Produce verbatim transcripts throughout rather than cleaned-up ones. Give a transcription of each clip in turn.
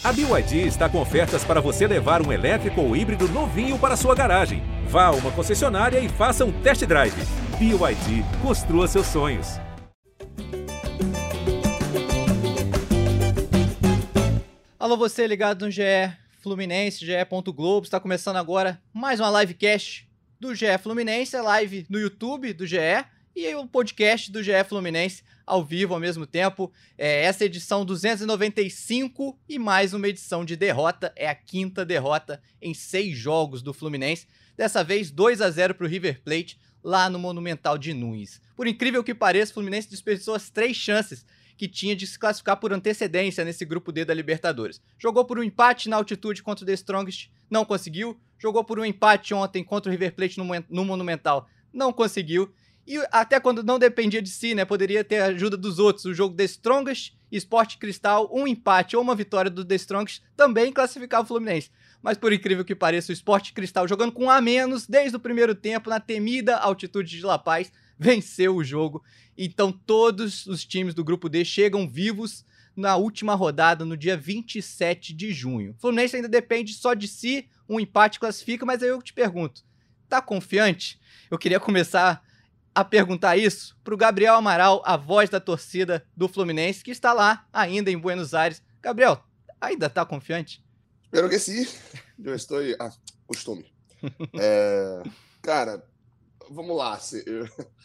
A B Y D está com ofertas para você levar um elétrico ou híbrido novinho para sua garagem. Vá a uma concessionária e faça um test drive. B Y D, construa seus sonhos. Alô, você ligado no G E Fluminense, G E ponto Globo. Está começando agora mais uma livecast do G E Fluminense, a live no YouTube do G E e o podcast do G E Fluminense ao vivo ao mesmo tempo. É essa edição duzentos e noventa e cinco e mais uma edição de derrota. É a quinta derrota em seis jogos do Fluminense. Dessa vez dois a zero para o River Plate lá no Monumental de Nunes. Por incrível que pareça, o Fluminense desperdiçou as três chances que tinha de se classificar por antecedência nesse grupo D da Libertadores. Jogou por um empate na altitude contra o The Strongest, não conseguiu. Jogou por um empate ontem contra o River Plate no, no Monumental, não conseguiu. E até quando não dependia de si, né, poderia ter a ajuda dos outros. O jogo The Strongest, Sport Cristal, um empate ou uma vitória do The Strongest também classificava o Fluminense. Mas por incrível que pareça, o Sport Cristal jogando com um a menos desde o primeiro tempo, na temida altitude de La Paz, venceu o jogo. Então todos os times do grupo D chegam vivos na última rodada, no dia vinte e sete de junho. O Fluminense ainda depende só de si, um empate classifica, mas aí eu te pergunto, tá confiante? Eu queria começar a perguntar isso pro Gabriel Amaral, a voz da torcida do Fluminense, que está lá ainda em Buenos Aires. Gabriel, ainda tá confiante? Espero que sim. Eu estou... Ah, costume. É... Cara, vamos lá. Eu...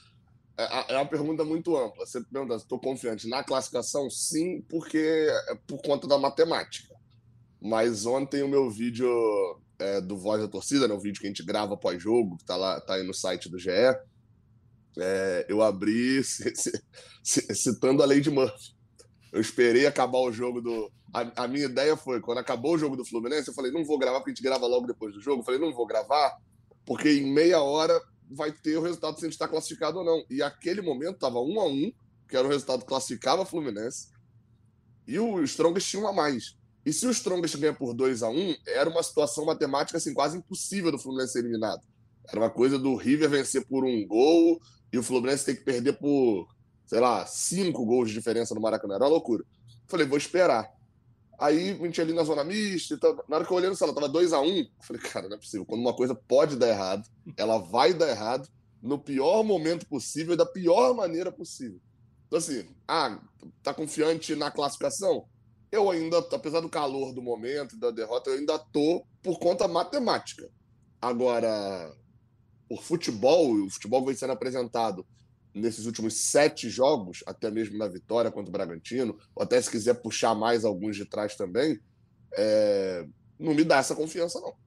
É uma pergunta muito ampla. Você pergunta se estou confiante na classificação? Sim, porque é por conta da matemática. Mas ontem o meu vídeo é, do Voz da Torcida, né, o vídeo que a gente grava pós-jogo, que está lá, tá aí no site do G E, é, eu abri citando a lei de Murphy. Eu esperei acabar o jogo do... A, a minha ideia foi, quando acabou o jogo do Fluminense, eu falei, não vou gravar, porque a gente grava logo depois do jogo. Eu falei, não vou gravar, porque em meia hora vai ter o resultado se a gente está classificado ou não. E aquele momento estava um a um, que era o resultado que classificava o Fluminense, e o Strongest tinha um a mais. E se o Strongest ganha por dois a um, era uma situação matemática assim, quase impossível do Fluminense ser eliminado. Era uma coisa do River vencer por um gol e o Fluminense ter que perder por, sei lá, cinco gols de diferença no Maracanã. Era uma loucura. Falei, vou esperar. Aí a gente ali na zona mista, e tal. Na hora que eu olhei no celular, tava dois a um. Falei, cara, não é possível. Quando uma coisa pode dar errado, ela vai dar errado no pior momento possível e da pior maneira possível. Então assim, ah, tá confiante na classificação? Eu ainda, apesar do calor do momento, da derrota, eu ainda tô por conta matemática. Agora, o futebol, o futebol vem sendo apresentado nesses últimos sete jogos, até mesmo na vitória contra o Bragantino, ou até se quiser puxar mais alguns de trás também, é... não me dá essa confiança, não.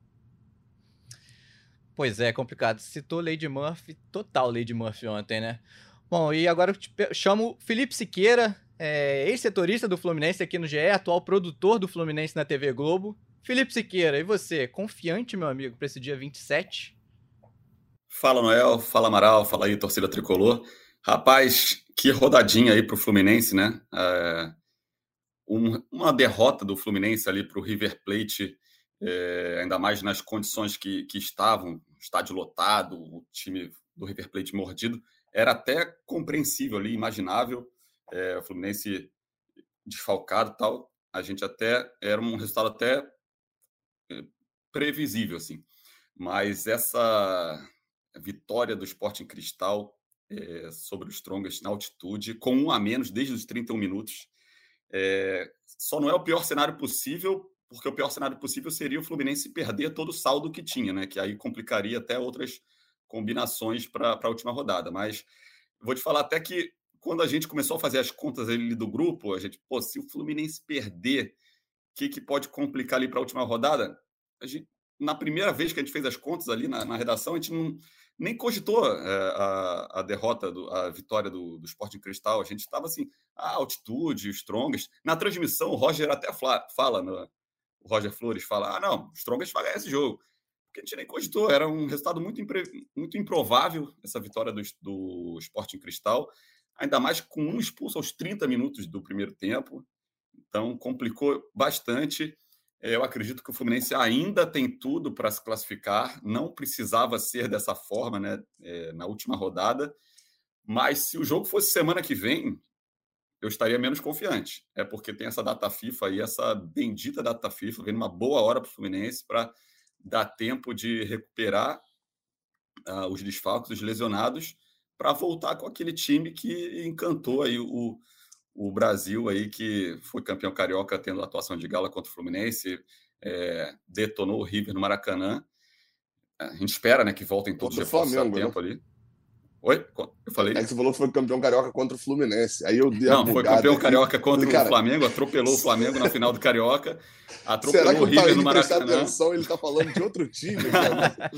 Pois é, complicado. Citou Lady Murphy, total Lady Murphy ontem, né? Bom, e agora eu te chamo Felipe Siqueira, é, ex-setorista do Fluminense aqui no G E, atual produtor do Fluminense na T V Globo. Felipe Siqueira, e você, confiante, meu amigo, para esse dia vinte e sete? Fala, Noel. Fala, Amaral. Fala aí, torcida tricolor. Rapaz, que rodadinha aí pro Fluminense, né? É, um, uma derrota do Fluminense ali pro River Plate, é, ainda mais nas condições que, que estavam, estádio lotado, o time do River Plate mordido, era até compreensível ali, imaginável. É, o Fluminense desfalcado e tal, a gente até... Era um resultado até é, previsível, assim. Mas essa... A vitória do Sporting Cristal é, sobre o Strongest na altitude, com um a menos desde os trinta e um minutos. É, só não é o pior cenário possível, porque o pior cenário possível seria o Fluminense perder todo o saldo que tinha, né? Que aí complicaria até outras combinações para a última rodada. Mas vou te falar até que quando a gente começou a fazer as contas ali do grupo, a gente, pô, se o Fluminense perder, o que, que pode complicar ali para a última rodada? A gente, na primeira vez que a gente fez as contas ali na, na redação, a gente não, nem cogitou é, a, a derrota, do, a vitória do, do Sporting Cristal. A gente estava assim, a altitude, o Strongest. Na transmissão, o Roger até fala, fala no, o Roger Flores fala, ah, não, o Strongest vai ganhar esse jogo. Porque a gente nem cogitou, era um resultado muito, impre, muito improvável, essa vitória do, do Sporting Cristal, ainda mais com um expulso aos trinta minutos do primeiro tempo. Então, complicou bastante. Eu acredito que o Fluminense ainda tem tudo para se classificar, não precisava ser dessa forma, né, é, na última rodada, mas se o jogo fosse semana que vem, eu estaria menos confiante. É porque tem essa data FIFA aí, essa bendita data FIFA, vem numa boa hora para o Fluminense para dar tempo de recuperar uh, os desfalques, os lesionados, para voltar com aquele time que encantou aí o, o Brasil, aí, que foi campeão carioca tendo atuação de gala contra o Fluminense, é, detonou o River no Maracanã. A gente espera, né, que voltem todos os reforços a tempo, né? Ali. Oi? Eu falei? É que você falou que foi campeão carioca contra o Fluminense. Aí eu dei a Não, foi campeão aqui. carioca contra Falei, cara, o Flamengo, atropelou o Flamengo na final do Carioca, atropelou será que o River no Maracanã. Maracanã. Atenção, ele tá falando de outro time, cara.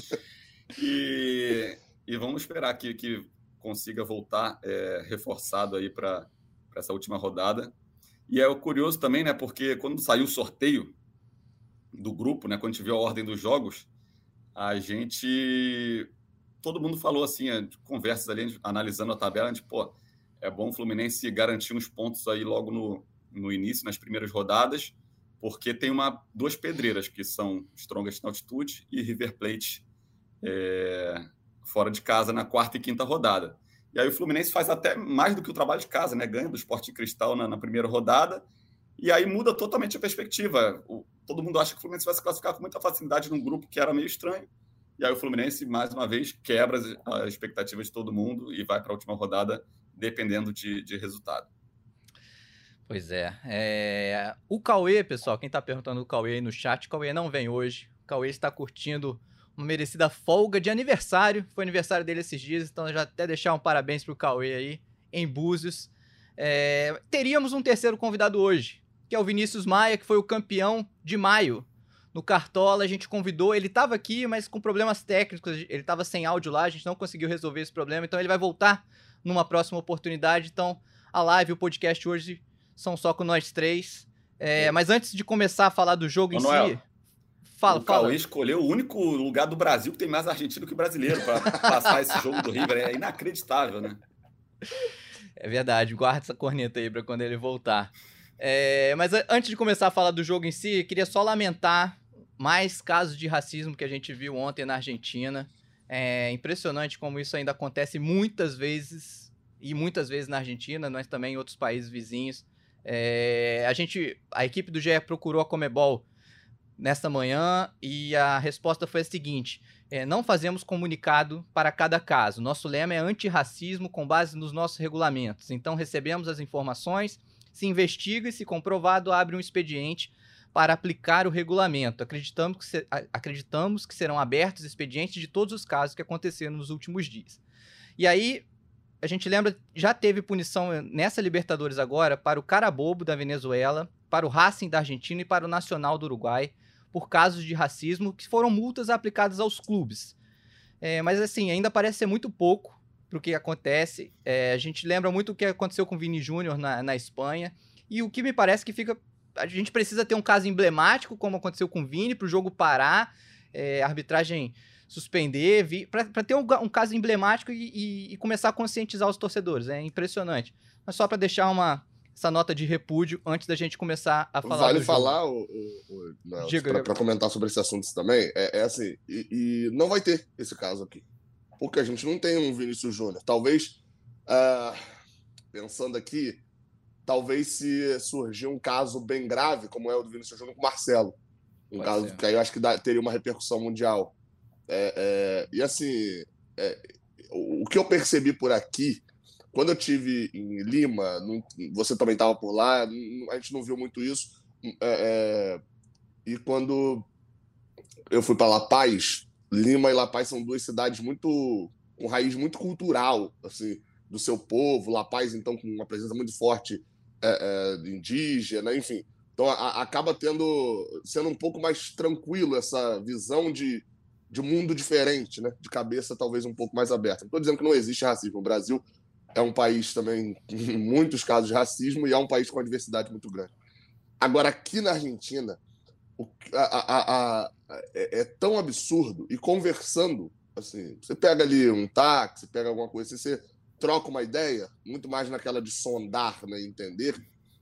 e, e vamos esperar que, que consiga voltar é, reforçado aí para essa última rodada. E é curioso também, né, porque quando saiu o sorteio do grupo, né, quando a gente viu a ordem dos jogos, a gente... todo mundo falou assim, conversas ali, analisando a tabela, a gente, pô, é bom o Fluminense garantir uns pontos aí logo no, no início, nas primeiras rodadas, porque tem uma, duas pedreiras, que são Strongest na altitude e River Plate é, fora de casa na quarta e quinta rodada. E aí o Fluminense faz até mais do que o trabalho de casa, né? Ganha do Sporting Cristal na, na primeira rodada, e aí muda totalmente a perspectiva. O, todo mundo acha que o Fluminense vai se classificar com muita facilidade num grupo que era meio estranho. E aí o Fluminense, mais uma vez, quebra a expectativa de todo mundo e vai para a última rodada, dependendo de, de resultado. Pois é. é. O Cauê, pessoal, quem está perguntando o Cauê aí no chat, o Cauê não vem hoje. O Cauê está curtindo uma merecida folga de aniversário. Foi aniversário dele esses dias, então já até deixar um parabéns para o Cauê aí, em Búzios. É... Teríamos um terceiro convidado hoje, que é o Vinícius Maia, que foi o campeão de maio. No Cartola, a gente convidou, ele estava aqui, mas com problemas técnicos, ele estava sem áudio lá, a gente não conseguiu resolver esse problema, então ele vai voltar numa próxima oportunidade. Então, a live e o podcast hoje são só com nós três. É, mas antes de começar a falar do jogo em Manuel, si... Fala, o fala. Cauê escolheu o único lugar do Brasil que tem mais argentino que brasileiro para passar esse jogo do River. É inacreditável, né? É verdade, guarda essa corneta aí para quando ele voltar. É, mas antes de começar a falar do jogo em si, queria só lamentar mais casos de racismo que a gente viu ontem na Argentina. É impressionante como isso ainda acontece muitas vezes, e muitas vezes na Argentina, mas também em outros países vizinhos. É, a gente, a equipe do G E procurou a Conmebol nesta manhã e a resposta foi a seguinte: é, não fazemos comunicado para cada caso. Nosso lema é antirracismo com base nos nossos regulamentos. Então recebemos as informações, se investiga e, se comprovado, abre um expediente para aplicar o regulamento. Acreditamos que, se, acreditamos que serão abertos expedientes de todos os casos que aconteceram nos últimos dias. E aí, a gente lembra, já teve punição nessa Libertadores agora para o Carabobo da Venezuela, para o Racing da Argentina e para o Nacional do Uruguai, por casos de racismo, que foram multas aplicadas aos clubes. É, mas assim, ainda parece ser muito pouco para o que acontece. É, a gente lembra muito o que aconteceu com o Vini Júnior na, na Espanha, e o que me parece que fica... A gente precisa ter um caso emblemático, como aconteceu com o Vini, para o jogo parar, é, a arbitragem suspender, para ter um, um caso emblemático e, e, e começar a conscientizar os torcedores. É impressionante. Mas só para deixar uma, essa nota de repúdio antes da gente começar a falar vale do falar, jogo. para comentar sobre esse assunto também, é, é assim, e, e não vai ter esse caso aqui. Porque a gente não tem um Vinícius Júnior. Talvez, uh, pensando aqui, talvez se surgir um caso bem grave, como é o do Vinícius Júnior com o Marcelo. Um Pode caso ser. Que aí eu acho que dá, teria uma repercussão mundial. É, é, e assim, é, o que eu percebi por aqui, quando eu estive em Lima, não, você também estava por lá, a gente não viu muito isso. É, é, e quando eu fui para La Paz, Lima e La Paz são duas cidades muito com raiz muito cultural, assim, do seu povo. La Paz, então, com uma presença muito forte é, é, indígena, enfim. Então, a, acaba tendo, sendo um pouco mais tranquilo essa visão de, de mundo diferente, né? De cabeça talvez um pouco mais aberta. Não estou dizendo que não existe racismo. O Brasil é um país também com muitos casos de racismo e é um país com uma diversidade muito grande. Agora, aqui na Argentina, o, a, a, a, é, é tão absurdo. E conversando, assim, você pega ali um táxi, pega alguma coisa, você troca uma ideia, muito mais naquela de sondar, né, entender,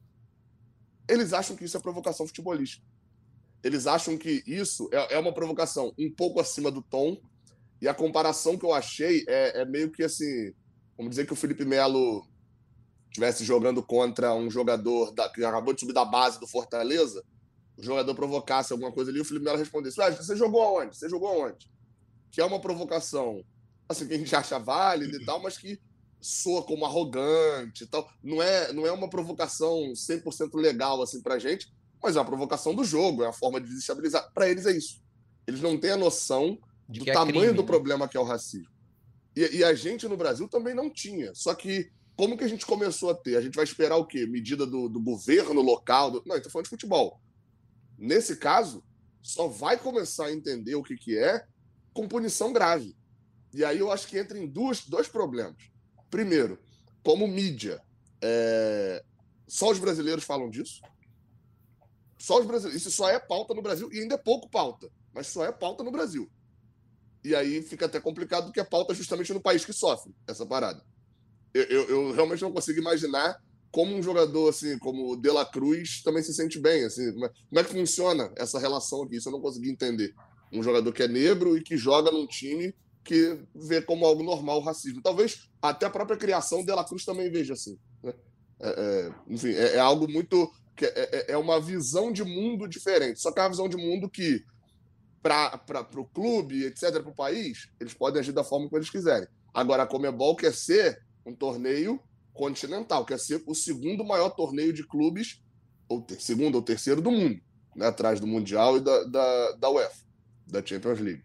eles acham que isso é provocação futebolística. Eles acham que isso é, é uma provocação um pouco acima do tom, e a comparação que eu achei é, é meio que assim, vamos dizer que o Felipe Melo estivesse jogando contra um jogador da, que acabou de subir da base do Fortaleza, o jogador provocasse alguma coisa ali, o Felipe Melo respondesse: ah, você jogou aonde? Você jogou aonde? Que é uma provocação, assim, que a gente acha válida e tal, mas que soa como arrogante e tal. Não é, não é uma provocação cem por cento legal, assim, pra gente, mas é uma provocação do jogo, é uma forma de desestabilizar. Para eles é isso. Eles não têm a noção do é tamanho crime, do né? problema que é o racismo. E, e a gente no Brasil também não tinha. Só que como que a gente começou a ter? A gente vai esperar o quê? Medida do, do governo local? Do... Não, estou falando de futebol. Nesse caso, só vai começar a entender o que, que é com punição grave. E aí eu acho que entra em duas, dois problemas. Primeiro, como mídia, é... só os brasileiros falam disso. Só os brasileiros. Isso só é pauta no Brasil, e ainda é pouco pauta, mas só é pauta no Brasil. E aí fica até complicado, porque é pauta justamente no país que sofre essa parada. Eu, eu, eu realmente não consigo imaginar como um jogador assim, como o De La Cruz também se sente bem. Assim, como, é, como é que funciona essa relação aqui? Isso eu não consegui entender. Um jogador que é negro e que joga num time que vê como algo normal o racismo. Talvez até a própria criação De La Cruz também veja assim. Né? É, é, enfim, é, é algo muito... que é, é uma visão de mundo diferente. Só que é uma visão de mundo que, para o clube, etcétera, para o país, eles podem agir da forma que eles quiserem. Agora, a Conmebol quer ser um torneio continental, quer ser o segundo maior torneio de clubes, ou ter, segundo ou terceiro do mundo, né, atrás do Mundial e da, da, da UEFA, da Champions League.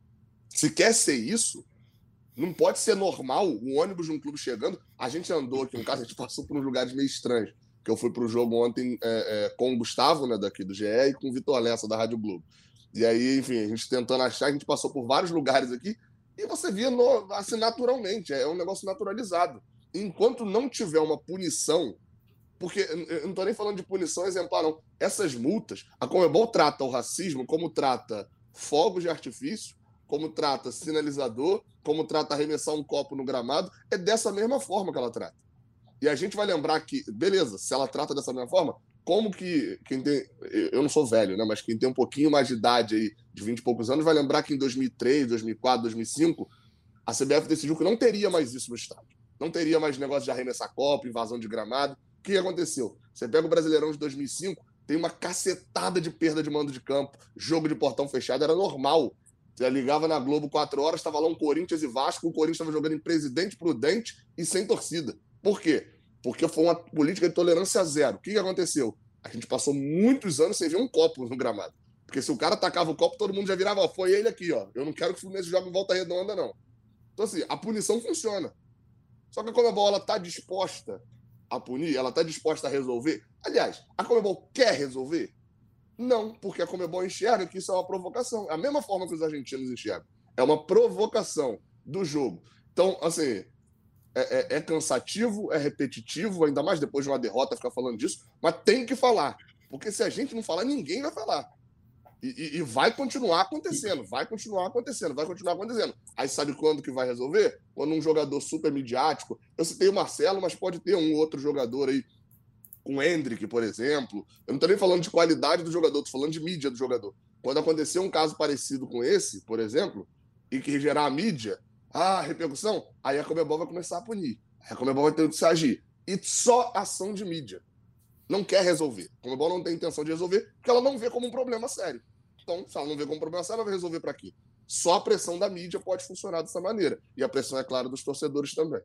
Se quer ser isso, não pode ser normal o ônibus de um clube chegando. A gente andou aqui, um caso, a gente passou por uns lugares meio estranhos, que eu fui para o jogo ontem é, é, com o Gustavo, né, daqui do G E, e com o Vitor Lessa, da Rádio Globo. E aí, enfim, a gente tentando achar, a gente passou por vários lugares aqui, e você via no, assim, naturalmente, é um negócio naturalizado. Enquanto não tiver uma punição, porque eu não estou nem falando de punição exemplar, não. Essas multas, a Conmebol trata o racismo como trata fogos de artifício, como trata sinalizador, como trata arremessar um copo no gramado, é dessa mesma forma que ela trata. E a gente vai lembrar que, beleza, se ela trata dessa mesma forma, como que quem tem... Eu não sou velho, né? Mas quem tem um pouquinho mais de idade aí, de vinte e poucos anos, vai lembrar que em dois mil e três, dois mil e quatro, dois mil e cinco, a C B F decidiu que não teria mais isso no estádio. Não teria mais negócio de arremessar copo, invasão de gramado. O que aconteceu? Você pega o Brasileirão de dois mil e cinco, tem uma cacetada de perda de mando de campo, jogo de portão fechado, era normal. Você ligava na Globo quatro horas, estava lá um Corinthians e Vasco, o Corinthians estava jogando em Presidente Prudente e sem torcida. Por quê? Porque foi uma política de tolerância zero. O que aconteceu? A gente passou muitos anos sem ver um copo no gramado. Porque se o cara tacava o copo, todo mundo já virava, ó, foi ele aqui, ó. Eu não quero que o Fluminense jogue em Volta Redonda, não. Então, assim, a punição funciona. Só que a Conmebol, ela está disposta a punir? Ela está disposta a resolver? Aliás, a Conmebol quer resolver? Não, porque a Conmebol enxerga que isso é uma provocação. É a mesma forma que os argentinos enxergam. É uma provocação do jogo. Então, assim... É, é, é cansativo, é repetitivo, ainda mais depois de uma derrota ficar falando disso, mas tem que falar, porque se a gente não falar, ninguém vai falar. E, e, e vai continuar acontecendo, vai continuar acontecendo, vai continuar acontecendo. Aí sabe quando que vai resolver? Quando um jogador super midiático, eu citei o Marcelo, mas pode ter um outro jogador aí, com o Hendrick, por exemplo. Eu não estou nem falando de qualidade do jogador, estou falando de mídia do jogador. Quando acontecer um caso parecido com esse, por exemplo, e que gerar a mídia, ah, repercussão, aí a Conmebol vai começar a punir. Aí a Conmebol vai ter que se agir. E só ação de mídia. Não quer resolver. A Conmebol não tem intenção de resolver, porque ela não vê como um problema sério. Então, se ela não vê como um problema sério, ela vai resolver para quê? Só a pressão da mídia pode funcionar dessa maneira. E a pressão, é claro, dos torcedores também.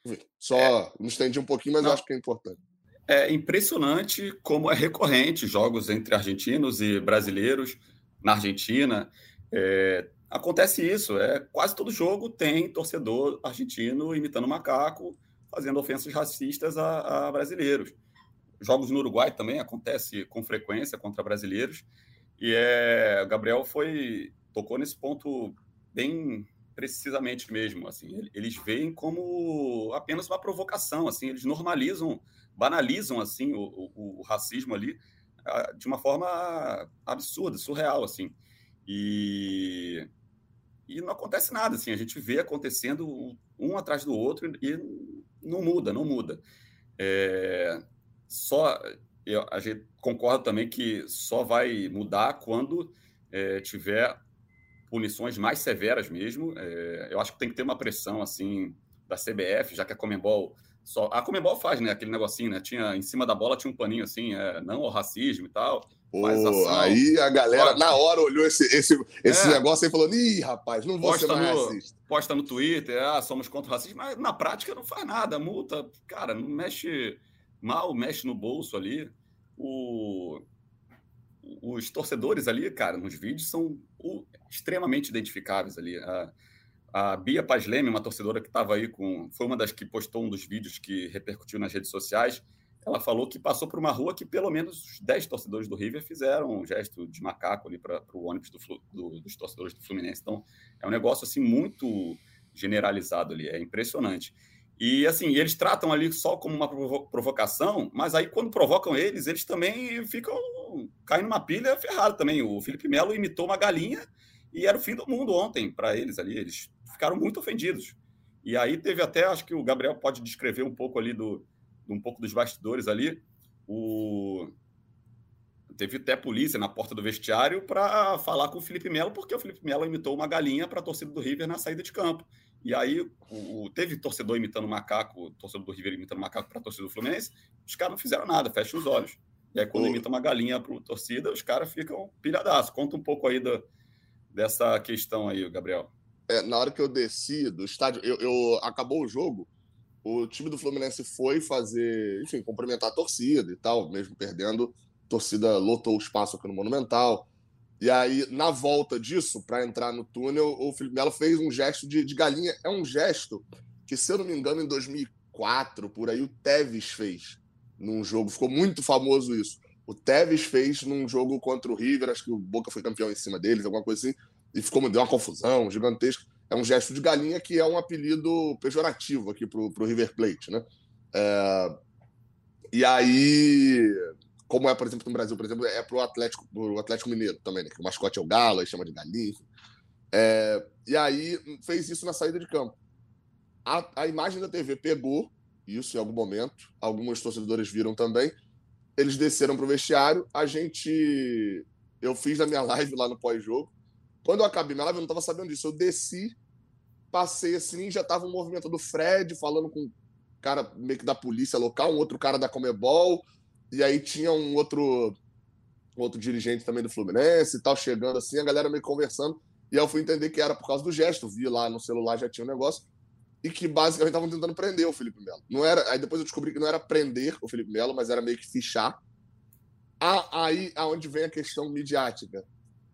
Só é, me estendi um pouquinho, mas não, acho que é importante. É impressionante como é recorrente jogos entre argentinos e brasileiros na Argentina. É... Acontece isso, é, quase todo jogo tem torcedor argentino imitando macaco, fazendo ofensas racistas a, a brasileiros. Jogos no Uruguai também acontece com frequência contra brasileiros. E é, o Gabriel foi, tocou nesse ponto bem precisamente mesmo. Assim, eles veem como apenas uma provocação, assim, eles normalizam, banalizam assim, o, o, o racismo ali de uma forma absurda, surreal. Assim. E... E não acontece nada, assim, a gente vê acontecendo um atrás do outro e não muda, não muda. É, só, eu, a gente concorda também que só vai mudar quando é, tiver punições mais severas mesmo. É, eu acho que tem que ter uma pressão, assim, da C B F, já que a Conmebol Só, a Conmebol faz, né? Aquele negocinho, né? Tinha, em cima da bola tinha um paninho assim, é, não ao racismo e tal. Faz Pô, ação. aí a galera, Ó, na hora, olhou esse, esse, esse É. negócio aí e falou: ih, rapaz, não vou Posta ser mais no, racista. posta no Twitter, ah, somos contra o racismo, mas na prática não faz nada, multa, cara, não mexe mal, mexe no bolso ali. O, os torcedores ali, cara, nos vídeos são o, extremamente identificáveis ali. A, a Bia Paz Leme, uma torcedora que estava aí com... Foi uma das que postou um dos vídeos que repercutiu nas redes sociais. Ela falou que passou por uma rua que pelo menos os dez torcedores do River fizeram um gesto de macaco ali para o ônibus do, do, dos torcedores do Fluminense. Então, é um negócio assim muito generalizado ali, é impressionante. E assim, eles tratam ali só como uma provo- provocação, mas aí quando provocam eles, eles também ficam caindo numa pilha ferrada também. O Felipe Melo imitou uma galinha e era o fim do mundo ontem para eles ali. Eles ficaram muito ofendidos. E aí teve até, acho que o Gabriel pode descrever um pouco ali do um pouco dos bastidores ali, o... teve até polícia na porta do vestiário para falar com o Felipe Melo, porque o Felipe Melo imitou uma galinha para a torcida do River na saída de campo. E aí o... teve torcedor imitando macaco, torcedor do River imitando macaco para a torcida do Fluminense, os caras não fizeram nada, fecham os olhos. E aí quando Ô. imita uma galinha para a torcida, os caras ficam pilhadaço. Conta um pouco aí do... dessa questão aí, Gabriel. É, na hora que eu desci do estádio, eu, eu acabou o jogo, o time do Fluminense foi fazer, enfim, cumprimentar a torcida e tal, mesmo perdendo, a torcida lotou o espaço aqui no Monumental. E aí, na volta disso, para entrar no túnel, o Felipe Melo fez um gesto de, de galinha. É um gesto que, se eu não me engano, em dois mil e quatro, por aí, o Tevez fez num jogo. Ficou muito famoso isso. O Tevez fez num jogo contra o River, acho que o Boca foi campeão em cima deles, alguma coisa assim, e ficou, deu uma confusão gigantesca. É um gesto de galinha que é um apelido pejorativo aqui pro, pro River Plate, né? É... E aí, como é, por exemplo, no Brasil, por exemplo, é pro Atlético, pro Atlético Mineiro também, né? Que o mascote é o galo, aí chama de galinha. É... E aí, fez isso na saída de campo. A, a imagem da T V pegou isso em algum momento, alguns torcedores viram também, eles desceram pro vestiário, a gente... Eu fiz na minha live lá no pós-jogo. Quando eu acabei minha live, eu não estava sabendo disso. Eu desci, passei assim, já tava um movimento do Fred falando com um cara meio que da polícia local, um outro cara da Conmebol, e aí tinha um outro, outro dirigente também do Fluminense e tal, chegando assim, a galera meio conversando, e aí eu fui entender que era por causa do gesto, vi lá no celular, já tinha um negócio, e que basicamente estavam tentando prender o Felipe Melo. Não era, aí depois eu descobri que não era prender o Felipe Melo, mas era meio que fichar. Aí aonde vem a questão midiática.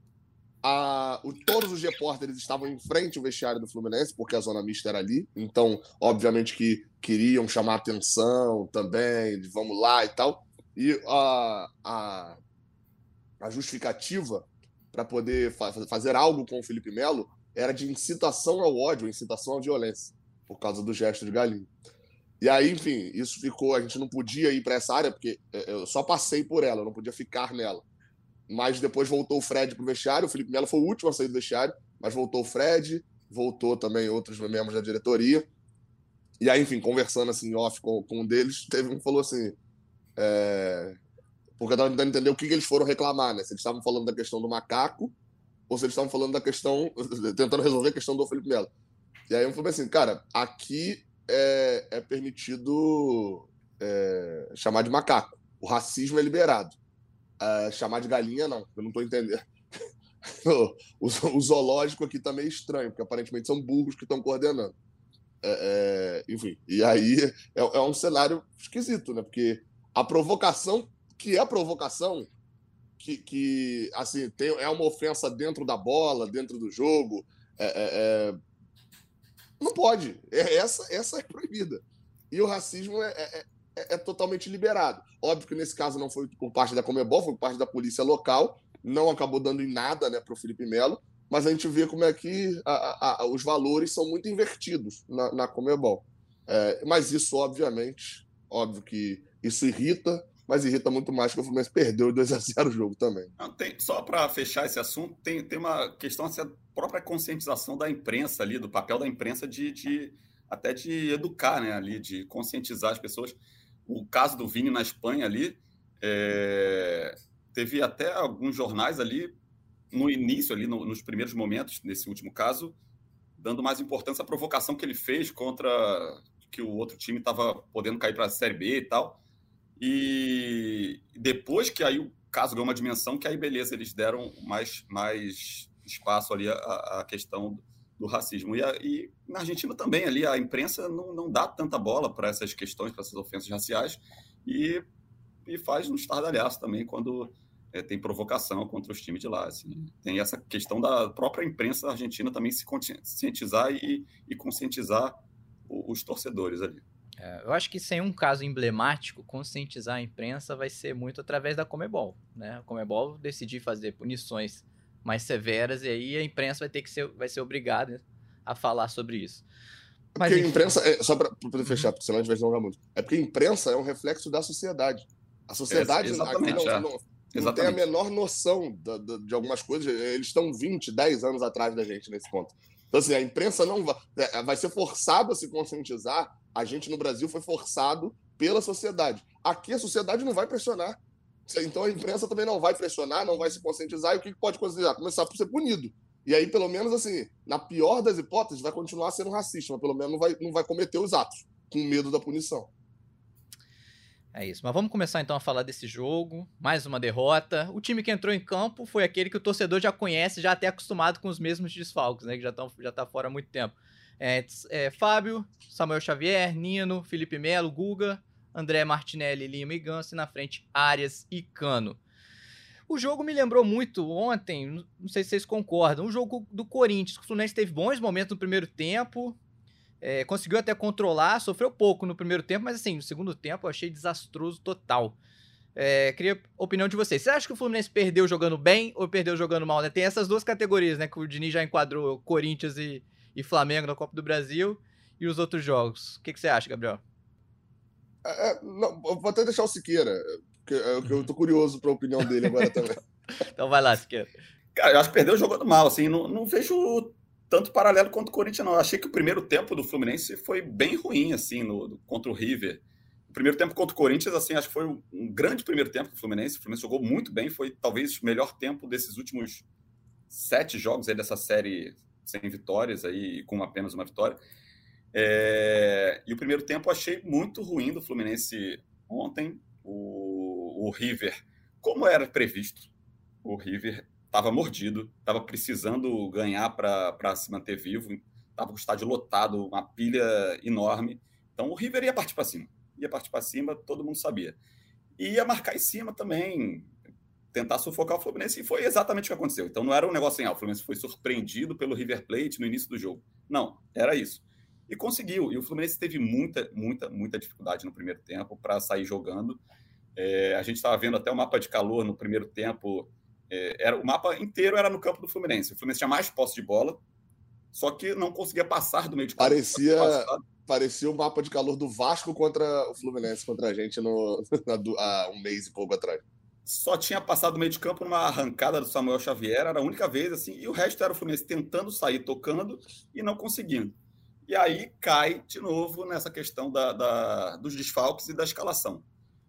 A, o, todos os repórteres estavam em frente ao vestiário do Fluminense, porque a zona mista era ali, então, obviamente que queriam chamar atenção também, de vamos lá e tal, e a, a, a justificativa para poder fa fazer algo com o Felipe Melo era de incitação ao ódio, incitação à violência, por causa do gesto de galinha. E aí, enfim, isso ficou, a gente não podia ir para essa área, porque eu só passei por ela, eu não podia ficar nela. Mas depois voltou o Fred pro vestiário, o Felipe Melo foi o último a sair do vestiário, mas voltou o Fred, voltou também outros membros da diretoria. E aí, enfim, conversando assim, off com, com um deles, teve um que falou assim, é... porque eu tava tentando entender o que, que eles foram reclamar, né? Se eles estavam falando da questão do macaco, ou se eles estavam falando da questão, tentando resolver a questão do Felipe Melo. E aí eu falei assim, cara, aqui é, é permitido é, chamar de macaco. O racismo é liberado. Uh, chamar de galinha, não. Eu não estou entendendo. o, o zoológico aqui tá meio estranho, porque aparentemente são burros que estão coordenando. É, é, enfim, e aí é, é um cenário esquisito, né? Porque a provocação, que é provocação, que, que assim, tem, é uma ofensa dentro da bola, dentro do jogo, é, é, é, não pode. É, essa, essa é proibida. E o racismo é, é é totalmente liberado. Óbvio que nesse caso não foi por parte da Conmebol, foi por parte da polícia local, não acabou dando em nada, né, para o Felipe Melo, mas a gente vê como é que a, a, a, os valores são muito invertidos na, na Conmebol. É, mas isso, obviamente, óbvio que isso irrita, mas irrita muito mais que o Fluminense perdeu dois a zero o jogo também. Não, tem, só para fechar esse assunto, tem, tem uma questão, assim, a própria conscientização da imprensa ali, do papel da imprensa de, de até de educar, né, ali, de conscientizar as pessoas. O caso do Vini na Espanha ali, é... teve até alguns jornais ali, no início, ali, no, nos primeiros momentos, nesse último caso, dando mais importância à provocação que ele fez contra... que o outro time estava podendo cair para a Série B e tal. E depois que aí o caso ganhou uma dimensão, que aí, beleza, eles deram mais, mais espaço ali à, à questão do racismo. E, a, e na Argentina também, ali, a imprensa não, não dá tanta bola para essas questões, para essas ofensas raciais, e, e faz um estardalhaço também quando é, tem provocação contra os times de lá. Assim. Tem essa questão da própria imprensa argentina também se conscientizar e, e conscientizar o, os torcedores ali. É, eu acho que sem um caso emblemático, conscientizar a imprensa vai ser muito através da Conmebol, né? A Conmebol decidir fazer punições mais severas e aí a imprensa vai ter que ser, vai ser obrigada a falar sobre isso. Mas, porque a imprensa, é, só para poder fechar, porque senão a gente vai se alongar muito, é porque a imprensa é um reflexo da sociedade. A sociedade é, aqui não, é. não, não tem a menor noção da, da, de algumas coisas. Eles estão vinte, dez anos atrás da gente nesse ponto. Então, assim, a imprensa não vai, vai ser forçada a se conscientizar. A gente no Brasil foi forçado pela sociedade. Aqui a sociedade não vai pressionar. Então a imprensa também não vai pressionar, não vai se conscientizar. E o que pode considerar? Começar por ser punido. E aí, pelo menos, assim, na pior das hipóteses, vai continuar sendo racista, mas pelo menos não vai, não vai cometer os atos, com medo da punição. É isso. Mas vamos começar então a falar desse jogo. Mais uma derrota. O time que entrou em campo foi aquele que o torcedor já conhece, já até acostumado com os mesmos desfalques, né? Que já estão já tá fora há muito tempo. É, é, Fábio, Samuel Xavier, Nino, Felipe Melo, Guga, André Martinelli, Lima e Ganso, e na frente Arias e Cano. O jogo me lembrou muito ontem, não sei se vocês concordam, o jogo do Corinthians. O Fluminense teve bons momentos no primeiro tempo, é, conseguiu até controlar, sofreu pouco no primeiro tempo, mas assim, no segundo tempo eu achei desastroso total. É, queria a opinião de vocês. Você acha que o Fluminense perdeu jogando bem ou perdeu jogando mal? Né? Tem essas duas categorias, né, que o Diniz já enquadrou, Corinthians e, e Flamengo na Copa do Brasil, e os outros jogos. O que, que você acha, Gabriel? É, não, vou até deixar o Siqueira, porque eu, eu tô curioso para a opinião dele agora também. Então vai lá, Siqueira. Cara, eu acho que perdeu jogando mal, assim, não, não vejo tanto paralelo quanto o Corinthians, não. Eu achei que o primeiro tempo do Fluminense foi bem ruim, assim, no, contra o River. O primeiro tempo contra o Corinthians, assim, acho que foi um grande primeiro tempo do Fluminense. O Fluminense jogou muito bem, foi talvez o melhor tempo desses últimos sete jogos aí dessa série sem vitórias, aí, com apenas uma vitória. É... E o primeiro tempo eu achei muito ruim do Fluminense ontem. O, o River, como era previsto, o River estava mordido, estava precisando ganhar para se manter vivo, estava com o estádio lotado, uma pilha enorme. Então o River ia partir para cima. Ia partir para cima, todo mundo sabia. E ia marcar em cima também, tentar sufocar o Fluminense, e foi exatamente o que aconteceu. Então não era um negócio assim, ah, o Fluminense foi surpreendido pelo River Plate no início do jogo. Não, era isso. E conseguiu. E o Fluminense teve muita, muita, muita dificuldade no primeiro tempo para sair jogando. É, a gente estava vendo até o mapa de calor no primeiro tempo. É, era, o mapa inteiro era no campo do Fluminense. O Fluminense tinha mais posse de bola, só que não conseguia passar do meio de campo. Parecia... Parecia o mapa de calor do Vasco contra o Fluminense, contra a gente no, há um mês e pouco atrás. Só tinha passado do meio de campo numa arrancada do Samuel Xavier, era a única vez, assim, e o resto era o Fluminense tentando sair, tocando e não conseguindo. E aí cai de novo nessa questão da, da, dos desfalques e da escalação.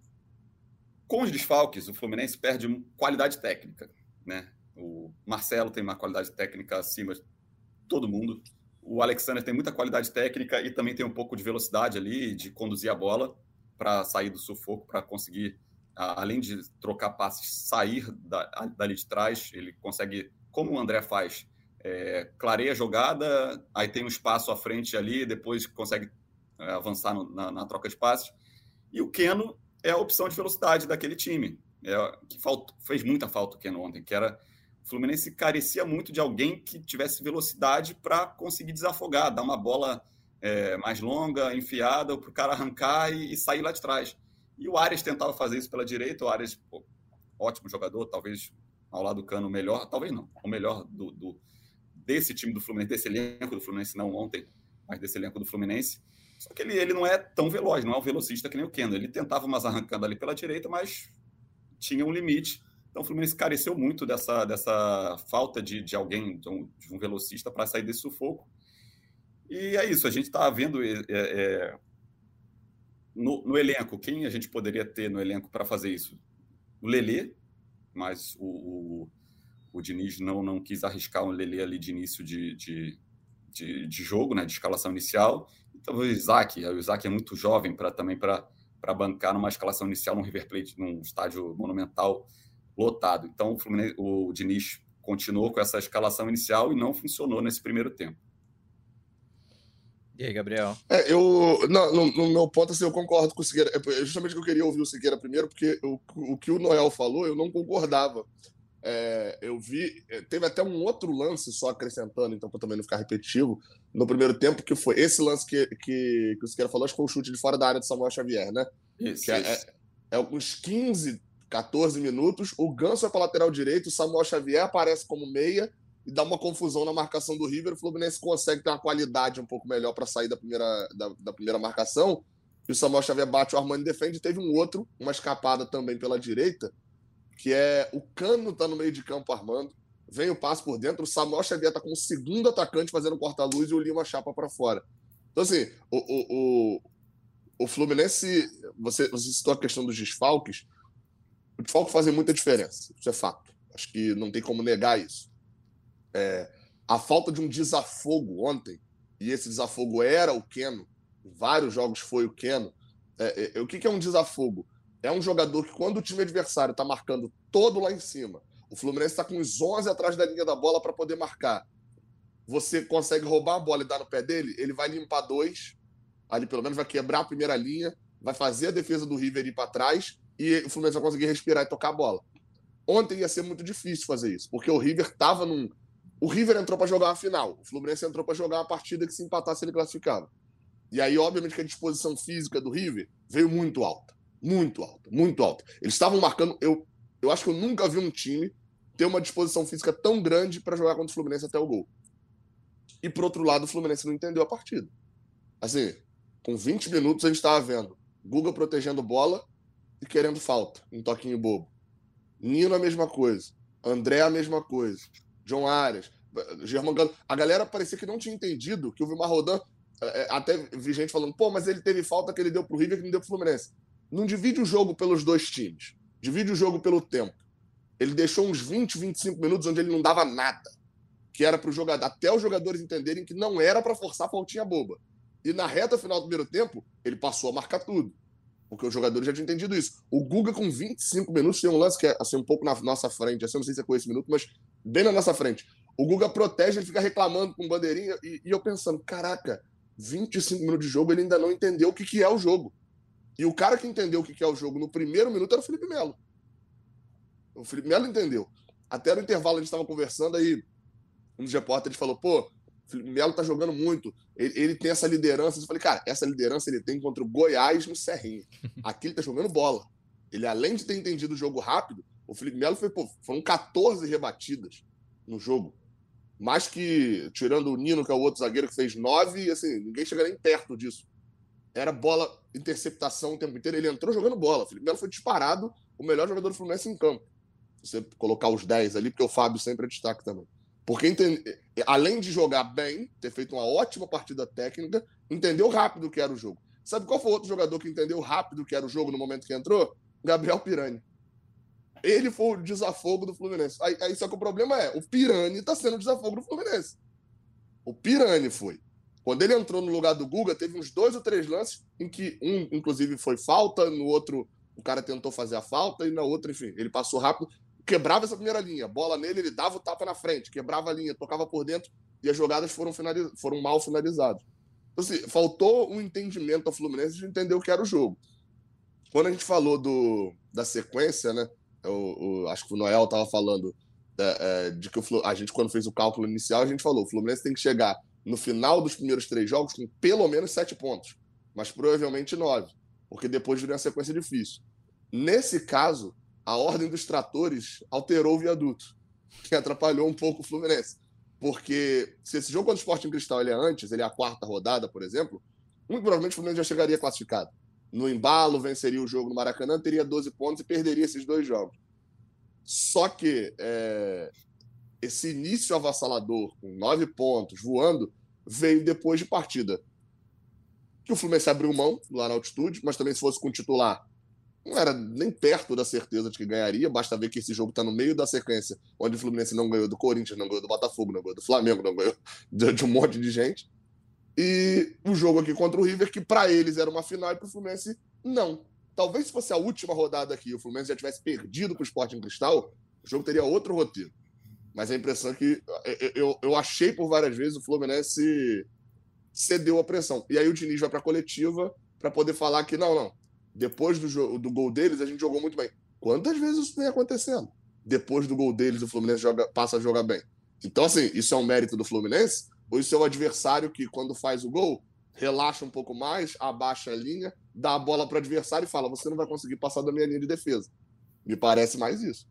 Com os desfalques, o Fluminense perde qualidade técnica, né? O Marcelo tem uma qualidade técnica acima de todo mundo. O Alexander tem muita qualidade técnica e também tem um pouco de velocidade ali, de conduzir a bola para sair do sufoco, para conseguir, além de trocar passes, sair da, dali de trás. Ele consegue, como o André faz, é, clareia a jogada, aí tem um espaço à frente ali, depois consegue é, avançar no, na, na troca de passes. E o Keno é a opção de velocidade daquele time, é, que faltou, fez muita falta o Keno ontem, que era... O Fluminense carecia muito de alguém que tivesse velocidade para conseguir desafogar, dar uma bola é, mais longa, enfiada, para o cara arrancar e, e sair lá de trás. E o Arias tentava fazer isso pela direita. O Arias, pô, ótimo jogador, talvez ao lado do Cano o melhor, talvez não, o melhor do, do, desse time do Fluminense, desse elenco do Fluminense, não ontem, mas desse elenco do Fluminense. Só que ele, ele não é tão veloz, não é um velocista que nem o Keno. Ele tentava umas arrancando ali pela direita, mas tinha um limite. Então, o Fluminense careceu muito dessa, dessa falta de, de alguém, de um, de um velocista para sair desse sufoco. E é isso, a gente está vendo é, é, no, no elenco, quem a gente poderia ter no elenco para fazer isso? O Lelê, mas o, o, o Diniz não, não quis arriscar um Lelê ali de início de, de, de, de jogo, né, de escalação inicial. Então, o Isaac, o Isaac é muito jovem para também para bancar numa escalação inicial num River Plate, num estádio monumental lotado. Então, o, Fluminense, o Diniz continuou com essa escalação inicial e não funcionou nesse primeiro tempo. E aí, Gabriel? É, eu, não, no, no meu ponto, assim, eu concordo com o Siqueira. É justamente que eu queria ouvir o Siqueira primeiro, porque o, o que o Noel falou, eu não concordava. É, eu vi, teve até um outro lance só acrescentando, então para também não ficar repetitivo, no primeiro tempo, que foi esse lance que, que, que o Siqueira falou, acho que foi o chute de fora da área de Samuel Xavier, né? Isso, que isso. É, é, é uns quinze, quatorze minutos, o Ganso vai para lateral direito, o Samuel Xavier aparece como meia e dá uma confusão na marcação do River. O Fluminense consegue ter uma qualidade um pouco melhor para sair da primeira, da, da primeira marcação, e o Samuel Xavier bate, o Armani defende. Teve um outro, uma escapada também pela direita, que é o Cano tá no meio de campo armando, vem o passe por dentro, o Samuel Xavier tá com o segundo atacante fazendo corta-luz e o Lima chapa para fora. Então, assim, o, o, o, o Fluminense, você, você citou a questão dos desfalques, o desfalque faz muita diferença, isso é fato. Acho que não tem como negar isso. É, a falta de um desafogo ontem, e esse desafogo era o Keno, em vários jogos foi o Keno. É, é, o que, que é um desafogo? É um jogador que, quando o time adversário está marcando todo lá em cima, o Fluminense está com os onze atrás da linha da bola para poder marcar. Você consegue roubar a bola e dar no pé dele, ele vai limpar dois, ali pelo menos vai quebrar a primeira linha, vai fazer a defesa do River ir para trás e o Fluminense vai conseguir respirar e tocar a bola. Ontem ia ser muito difícil fazer isso, porque o River estava num... O River entrou para jogar uma final, o Fluminense entrou para jogar uma partida que, se empatasse, ele classificava. E aí, obviamente, que a disposição física do River veio muito alta. Muito alta, muito alta. Eles estavam marcando... Eu, eu acho que eu nunca vi um time ter uma disposição física tão grande para jogar contra o Fluminense até o gol. E, por outro lado, o Fluminense não entendeu a partida. Assim, com vinte minutos, a gente estava vendo Guga protegendo bola e querendo falta, um toquinho bobo. Nino a mesma coisa. André a mesma coisa. John Arias, Germán. A galera parecia que não tinha entendido que o Vilmar Rodan... Até vi gente falando, pô, mas ele teve falta que ele deu pro River que não deu pro Fluminense. Não divide o jogo pelos dois times. Divide o jogo pelo tempo. Ele deixou uns vinte, vinte e cinco minutos onde ele não dava nada. Que era pro jogador, até os jogadores entenderem que não era para forçar a faltinha boba. E na reta final do primeiro tempo, ele passou a marcar tudo. Porque os jogadores já tinham entendido isso. O Guga, com vinte e cinco minutos, tem um lance que é assim, um pouco na nossa frente. Assim, eu não sei se é com esse minuto, mas bem na nossa frente. O Guga protege, ele fica reclamando com bandeirinha. E, e eu pensando, caraca, vinte e cinco minutos de jogo, ele ainda não entendeu o que, que é o jogo. E o cara que entendeu o que, que é o jogo no primeiro minuto era o Felipe Melo. O Felipe Melo entendeu. Até no intervalo a gente estava conversando, aí um dos repórteres falou, pô, o Felipe Melo tá jogando muito, ele, ele tem essa liderança. Eu falei, cara, essa liderança ele tem contra o Goiás no Serrinha. Aqui ele tá jogando bola. Ele, além de ter entendido o jogo rápido, o Felipe Melo foi, pô, foram quatorze rebatidas no jogo. Mais que, tirando o Nino, que é o outro zagueiro que fez nove, e assim, ninguém chega nem perto disso. Era bola, interceptação o tempo inteiro. Ele entrou jogando bola. O Felipe Melo foi disparado o melhor jogador do Fluminense em campo. Se você colocar os dez ali, porque o Fábio sempre é destaque também. Porque, entende... além de jogar bem, ter feito uma ótima partida técnica, entendeu rápido o que era o jogo. Sabe qual foi o outro jogador que entendeu rápido o que era o jogo no momento que entrou? Gabriel Pirani. Ele foi o desafogo do Fluminense. Aí, aí só que o problema é, o Pirani está sendo o desafogo do Fluminense. O Pirani foi. Quando ele entrou no lugar do Guga, teve uns dois ou três lances em que um, inclusive, foi falta, no outro o cara tentou fazer a falta, e na outra, enfim, ele passou rápido, quebrava essa primeira linha, bola nele, ele dava o tapa na frente, quebrava a linha, tocava por dentro, e as jogadas foram, finaliz... foram mal finalizadas. Então, assim, faltou um entendimento ao Fluminense de entender o que era o jogo. Quando a gente falou do, da sequência, né, eu, eu, acho que o Noel estava falando é, é, de que o Flu... a gente, quando fez o cálculo inicial, a gente falou, o Fluminense tem que chegar no final dos primeiros três jogos com pelo menos sete pontos, mas provavelmente nove, porque depois viria uma sequência difícil. Nesse caso, a ordem dos tratores alterou o viaduto, que atrapalhou um pouco o Fluminense. Porque se esse jogo contra o Sporting Cristal ele é antes, ele é a quarta rodada, por exemplo, muito provavelmente o Fluminense já chegaria classificado. No embalo, venceria o jogo no Maracanã, teria doze pontos e perderia esses dois jogos. Só que é, esse início avassalador, com nove pontos, voando, veio depois de partida. Que o Fluminense abriu mão lá na altitude, mas também se fosse com o titular, não era nem perto da certeza de que ganharia. Basta ver que esse jogo está no meio da sequência, onde o Fluminense não ganhou do Corinthians, não ganhou do Botafogo, não ganhou do Flamengo, não ganhou de um monte de gente. E o jogo aqui contra o River, que para eles era uma final e para o Fluminense, não. Talvez se fosse a última rodada aqui, o Fluminense já tivesse perdido para o Sporting Cristal, o jogo teria outro roteiro. Mas a impressão é que eu, eu, eu achei por várias vezes o Fluminense cedeu a pressão. E aí o Diniz vai para a coletiva para poder falar que não, não. Depois do, jogo, do gol deles, a gente jogou muito bem. Quantas vezes isso vem acontecendo? Depois do gol deles, o Fluminense joga, passa a jogar bem. Então, assim, isso é um mérito do Fluminense? Ou isso é o adversário que, quando faz o gol, relaxa um pouco mais, abaixa a linha, dá a bola para o adversário e fala, você não vai conseguir passar da minha linha de defesa. Me parece mais isso.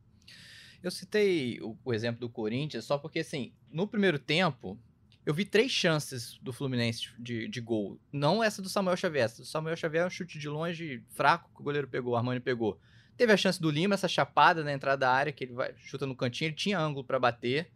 Eu citei o, o exemplo do Corinthians só porque, assim, no primeiro tempo, eu vi três chances do Fluminense de, de gol. Não essa do Samuel Xavier. Essa do Samuel Xavier é um chute de longe fraco que o goleiro pegou, o Armani pegou. Teve a chance do Lima, essa chapada na entrada da área, que ele vai, chuta no cantinho, ele tinha ângulo para bater.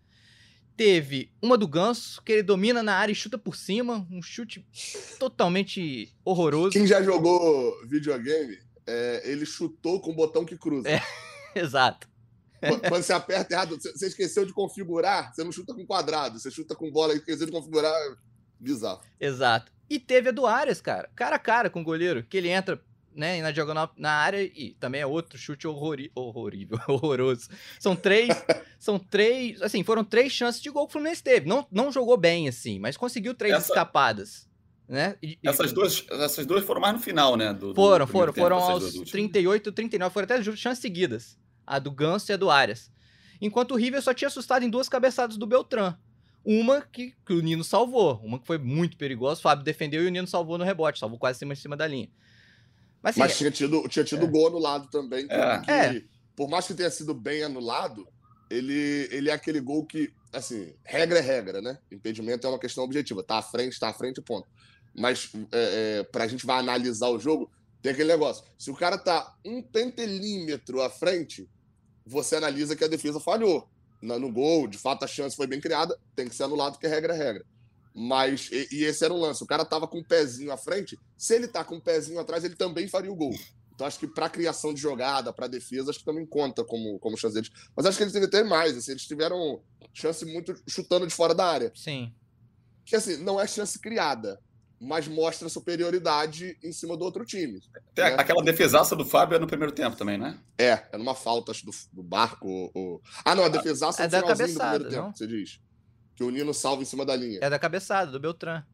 Teve uma do Ganso, que ele domina na área e chuta por cima, um chute totalmente horroroso. Quem já jogou videogame, é, ele chutou com o botão que cruza. É, exato. Quando você aperta errado, você esqueceu de configurar, você não chuta com quadrado, você chuta com bola e esqueceu de configurar, bizarro. Exato. E teve a do Arias, cara, cara a cara com o goleiro, que ele entra, né, na diagonal na área e também é outro chute horrori- horrorível, horroroso. São três, são três, assim, foram três chances de gol que o Fluminense teve. Não, não jogou bem, assim, mas conseguiu três Essa... escapadas. Né? E, essas, duas, essas duas foram mais no final, né? Do, foram, do foram, tempo, foram aos trinta e oito, trinta e nove, foram até chances seguidas. A do Ganso e a do Arias. Enquanto o River só tinha assustado em duas cabeçadas do Beltrán. Uma que, que o Nino salvou, uma que foi muito perigosa, o Fábio defendeu e o Nino salvou no rebote, salvou quase cima, em cima da linha. Mas, assim, Mas tinha tido, tinha tido é. gol anulado também, que, É. que É. por mais que tenha sido bem anulado, ele, ele é aquele gol que, assim, regra é regra, né? Impedimento é uma questão objetiva, tá à frente, tá à frente, ponto. Mas é, é, pra gente vai analisar o jogo, tem aquele negócio, se o cara tá um pentelímetro à frente, você analisa que a defesa falhou no gol, de fato a chance foi bem criada, tem que ser anulado, porque regra é regra. Mas, e, e esse era um lance, o cara tava com o pezinho à frente, se ele tá com o pezinho atrás, ele também faria o gol. Então acho que para criação de jogada, para defesa, acho que também conta como, como chance deles. Mas acho que eles devem ter mais, assim, eles tiveram chance muito chutando de fora da área. Sim. Que assim, não é chance criada, mas mostra superioridade em cima do outro time. Tem né? Aquela defesaça do Fábio é no primeiro tempo também, né? É, é numa falta acho, do, do Barco. Ou... Ah, não, a defesaça é no da finalzinho cabeçada, do primeiro não? tempo, você diz. Que o Nino salva em cima da linha. É da cabeçada, do Beltrán.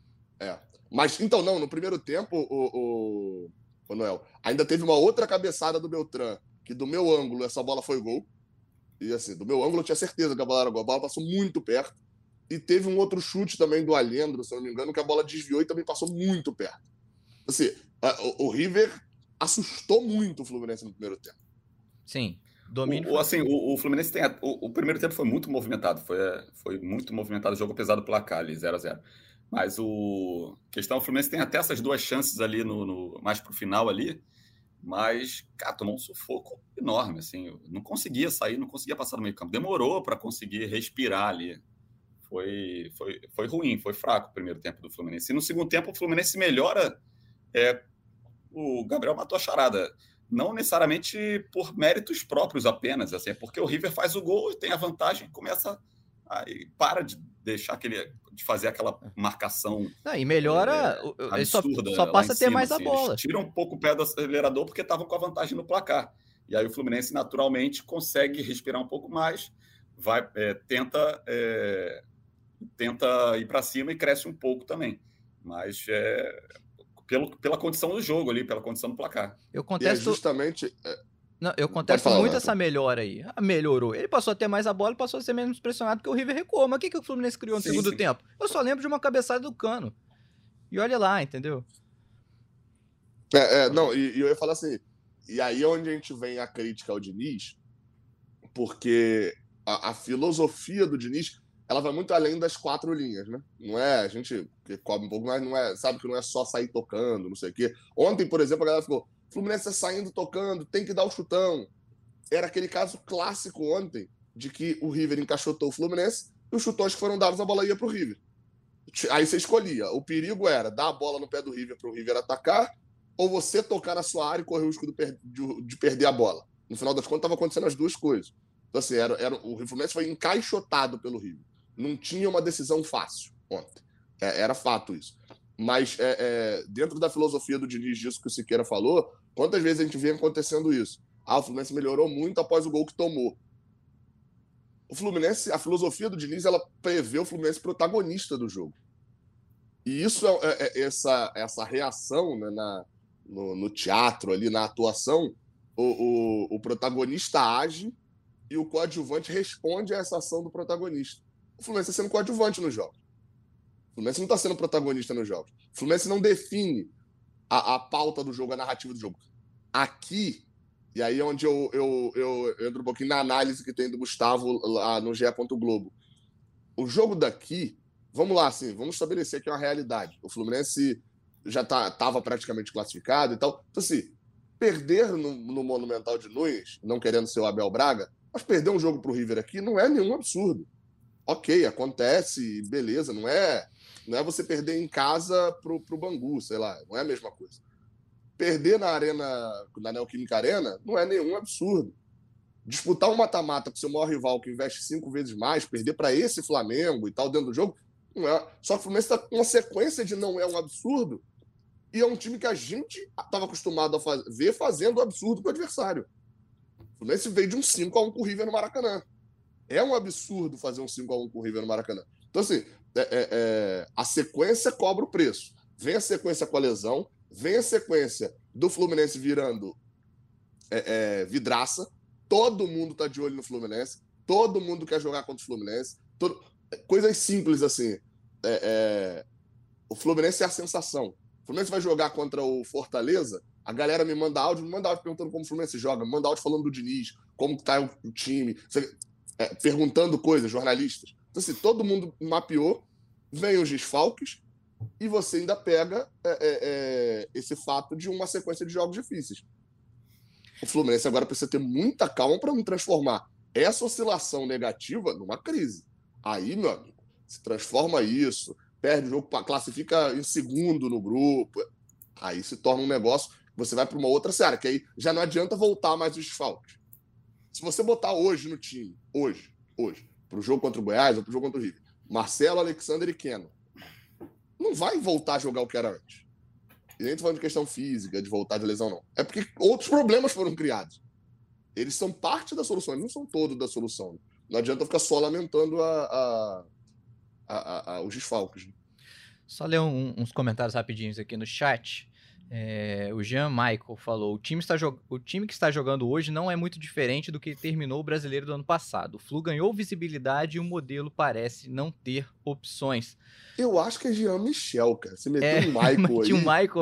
É. Mas, então, não, no primeiro tempo, o, o, o Noel, ainda teve uma outra cabeçada do Beltrán, que do meu ângulo essa bola foi gol. E assim, do meu ângulo eu tinha certeza que a bola era gol. A bola passou muito perto. E teve um outro chute também do Alendro, se eu não me engano, que a bola desviou e também passou muito perto. Assim, a, o, o River assustou muito o Fluminense no primeiro tempo. Sim. Domínio. O, o, assim, o, o Fluminense tem. A, o, o primeiro tempo foi muito movimentado. Foi, foi muito movimentado o jogo, apesar do placar ali, zero a zero. Mas o. A questão, o Fluminense tem até essas duas chances ali, no, no, mais pro final ali. Mas, cara, tomou um sufoco enorme. Assim, não conseguia sair, não conseguia passar no meio campo. Demorou para conseguir respirar ali. Foi, foi, foi ruim, foi fraco o primeiro tempo do Fluminense. E no segundo tempo, o Fluminense melhora. É, o Gabriel matou a charada. Não necessariamente por méritos próprios apenas, assim, é porque o River faz o gol, tem a vantagem, começa aí para de deixar aquele, de fazer aquela marcação. Não, e melhora, é, ele só, absurda só passa a ter cima, mais assim. a bola. Eles tiram um pouco o pé do acelerador porque estavam com a vantagem no placar. E aí o Fluminense naturalmente consegue respirar um pouco mais, vai, é, tenta, é, tenta ir para cima e cresce um pouco também. Mas é, Pelo, pela condição do jogo ali, pela condição do placar. Eu contesto... E é justamente... Não, eu contesto falar, muito né? essa melhora aí. Ah, melhorou. Ele passou a ter mais a bola e passou a ser menos pressionado porque o River recuou. Mas o que, que o Fluminense criou no sim, segundo sim. tempo? Eu só lembro de uma cabeçada do Cano. E olha lá, entendeu? É, é não, e, e eu ia falar assim... E aí é onde a gente vem a crítica ao Diniz, porque a, a filosofia do Diniz... ela vai muito além das quatro linhas, né? Não é, a gente que cobre um pouco mais, não é, sabe que não é só sair tocando, não sei o quê. Ontem, por exemplo, a galera ficou, Fluminense tá saindo tocando, tem que dar o chutão. Era aquele caso clássico ontem, de que o River encaixotou o Fluminense e os chutões que foram dados, a bola ia pro River. Aí você escolhia, o perigo era dar a bola no pé do River pro River atacar, ou você tocar na sua área e correr o risco de, de, de perder a bola. No final das contas, estava acontecendo as duas coisas. Então, assim, era, era, o Fluminense foi encaixotado pelo River. Não tinha uma decisão fácil ontem. É, era fato isso. Mas é, é, dentro da filosofia do Diniz, disso que o Siqueira falou, quantas vezes a gente vê acontecendo isso? Ah, o Fluminense melhorou muito após o gol que tomou. O Fluminense, a filosofia do Diniz, ela prevê o Fluminense protagonista do jogo. E isso é, é, é essa, essa reação, né, na, no, no teatro, ali, na atuação, o, o, o protagonista age e o coadjuvante responde a essa ação do protagonista. O Fluminense está sendo coadjuvante no jogo. O Fluminense não está sendo protagonista no jogo. O Fluminense não define a, a pauta do jogo, a narrativa do jogo. Aqui, e aí é onde eu, eu, eu, eu entro um pouquinho na análise que tem do Gustavo lá no G E. Globo. O jogo daqui, vamos lá, assim, vamos estabelecer aqui uma realidade. O Fluminense já estava tá, praticamente classificado e tal. Então, assim, perder no, no Monumental de Nunes, não querendo ser o Abel Braga, mas perder um jogo para o River aqui não é nenhum absurdo. Ok, acontece, beleza, não é, não é você perder em casa pro, pro Bangu, sei lá, não é a mesma coisa. Perder na arena, na Neoquímica Arena, não é nenhum absurdo. Disputar um mata-mata com seu maior rival que investe cinco vezes mais, perder para esse Flamengo e tal dentro do jogo, não é. Só que o Fluminense está com uma sequência de não é um absurdo e é um time que a gente estava acostumado a faz... ver fazendo absurdo com o adversário. O Fluminense veio de um cinco a um com o River no Maracanã. É um absurdo fazer um cinco a um com o River no Maracanã. Então, assim, é, é, é, a sequência cobra o preço. Vem a sequência com a lesão, vem a sequência do Fluminense virando é, é, vidraça. Todo mundo tá de olho no Fluminense. Todo mundo quer jogar contra o Fluminense. Todo... Coisas simples, assim. É, é... O Fluminense é a sensação. O Fluminense vai jogar contra o Fortaleza, a galera me manda áudio, me manda áudio perguntando como o Fluminense joga, me manda áudio falando do Diniz, como tá o time... Você... É, perguntando coisas, jornalistas. Então, assim, todo mundo mapeou, vem os desfalques e você ainda pega é, é, é, esse fato de uma sequência de jogos difíceis. O Fluminense agora precisa ter muita calma para não transformar essa oscilação negativa numa crise. Aí, meu amigo, se transforma isso, perde o jogo, classifica em segundo no grupo, aí se torna um negócio, você vai para uma outra seara, que aí já não adianta voltar mais os desfalques. Se você botar hoje no time, hoje, hoje, pro jogo contra o Goiás ou pro jogo contra o River, Marcelo, Alexander e Keno, não vai voltar a jogar o que era antes. E nem tô falando de questão física, de voltar de lesão, não. É porque outros problemas foram criados. Eles são parte da solução, eles não são todos da solução. Não adianta ficar só lamentando a, a, a, a, a, os desfalques. Né? Só ler um, uns comentários rapidinhos aqui no chat. É, o Jean Michael falou: o time, está jog... o time que está jogando hoje não é muito diferente do que terminou o Brasileiro do ano passado. O Flu ganhou visibilidade e o modelo parece não ter opções. Eu acho que é Jean Michel, cara. Você meteu é, um Michael aí. Tinha um Michael,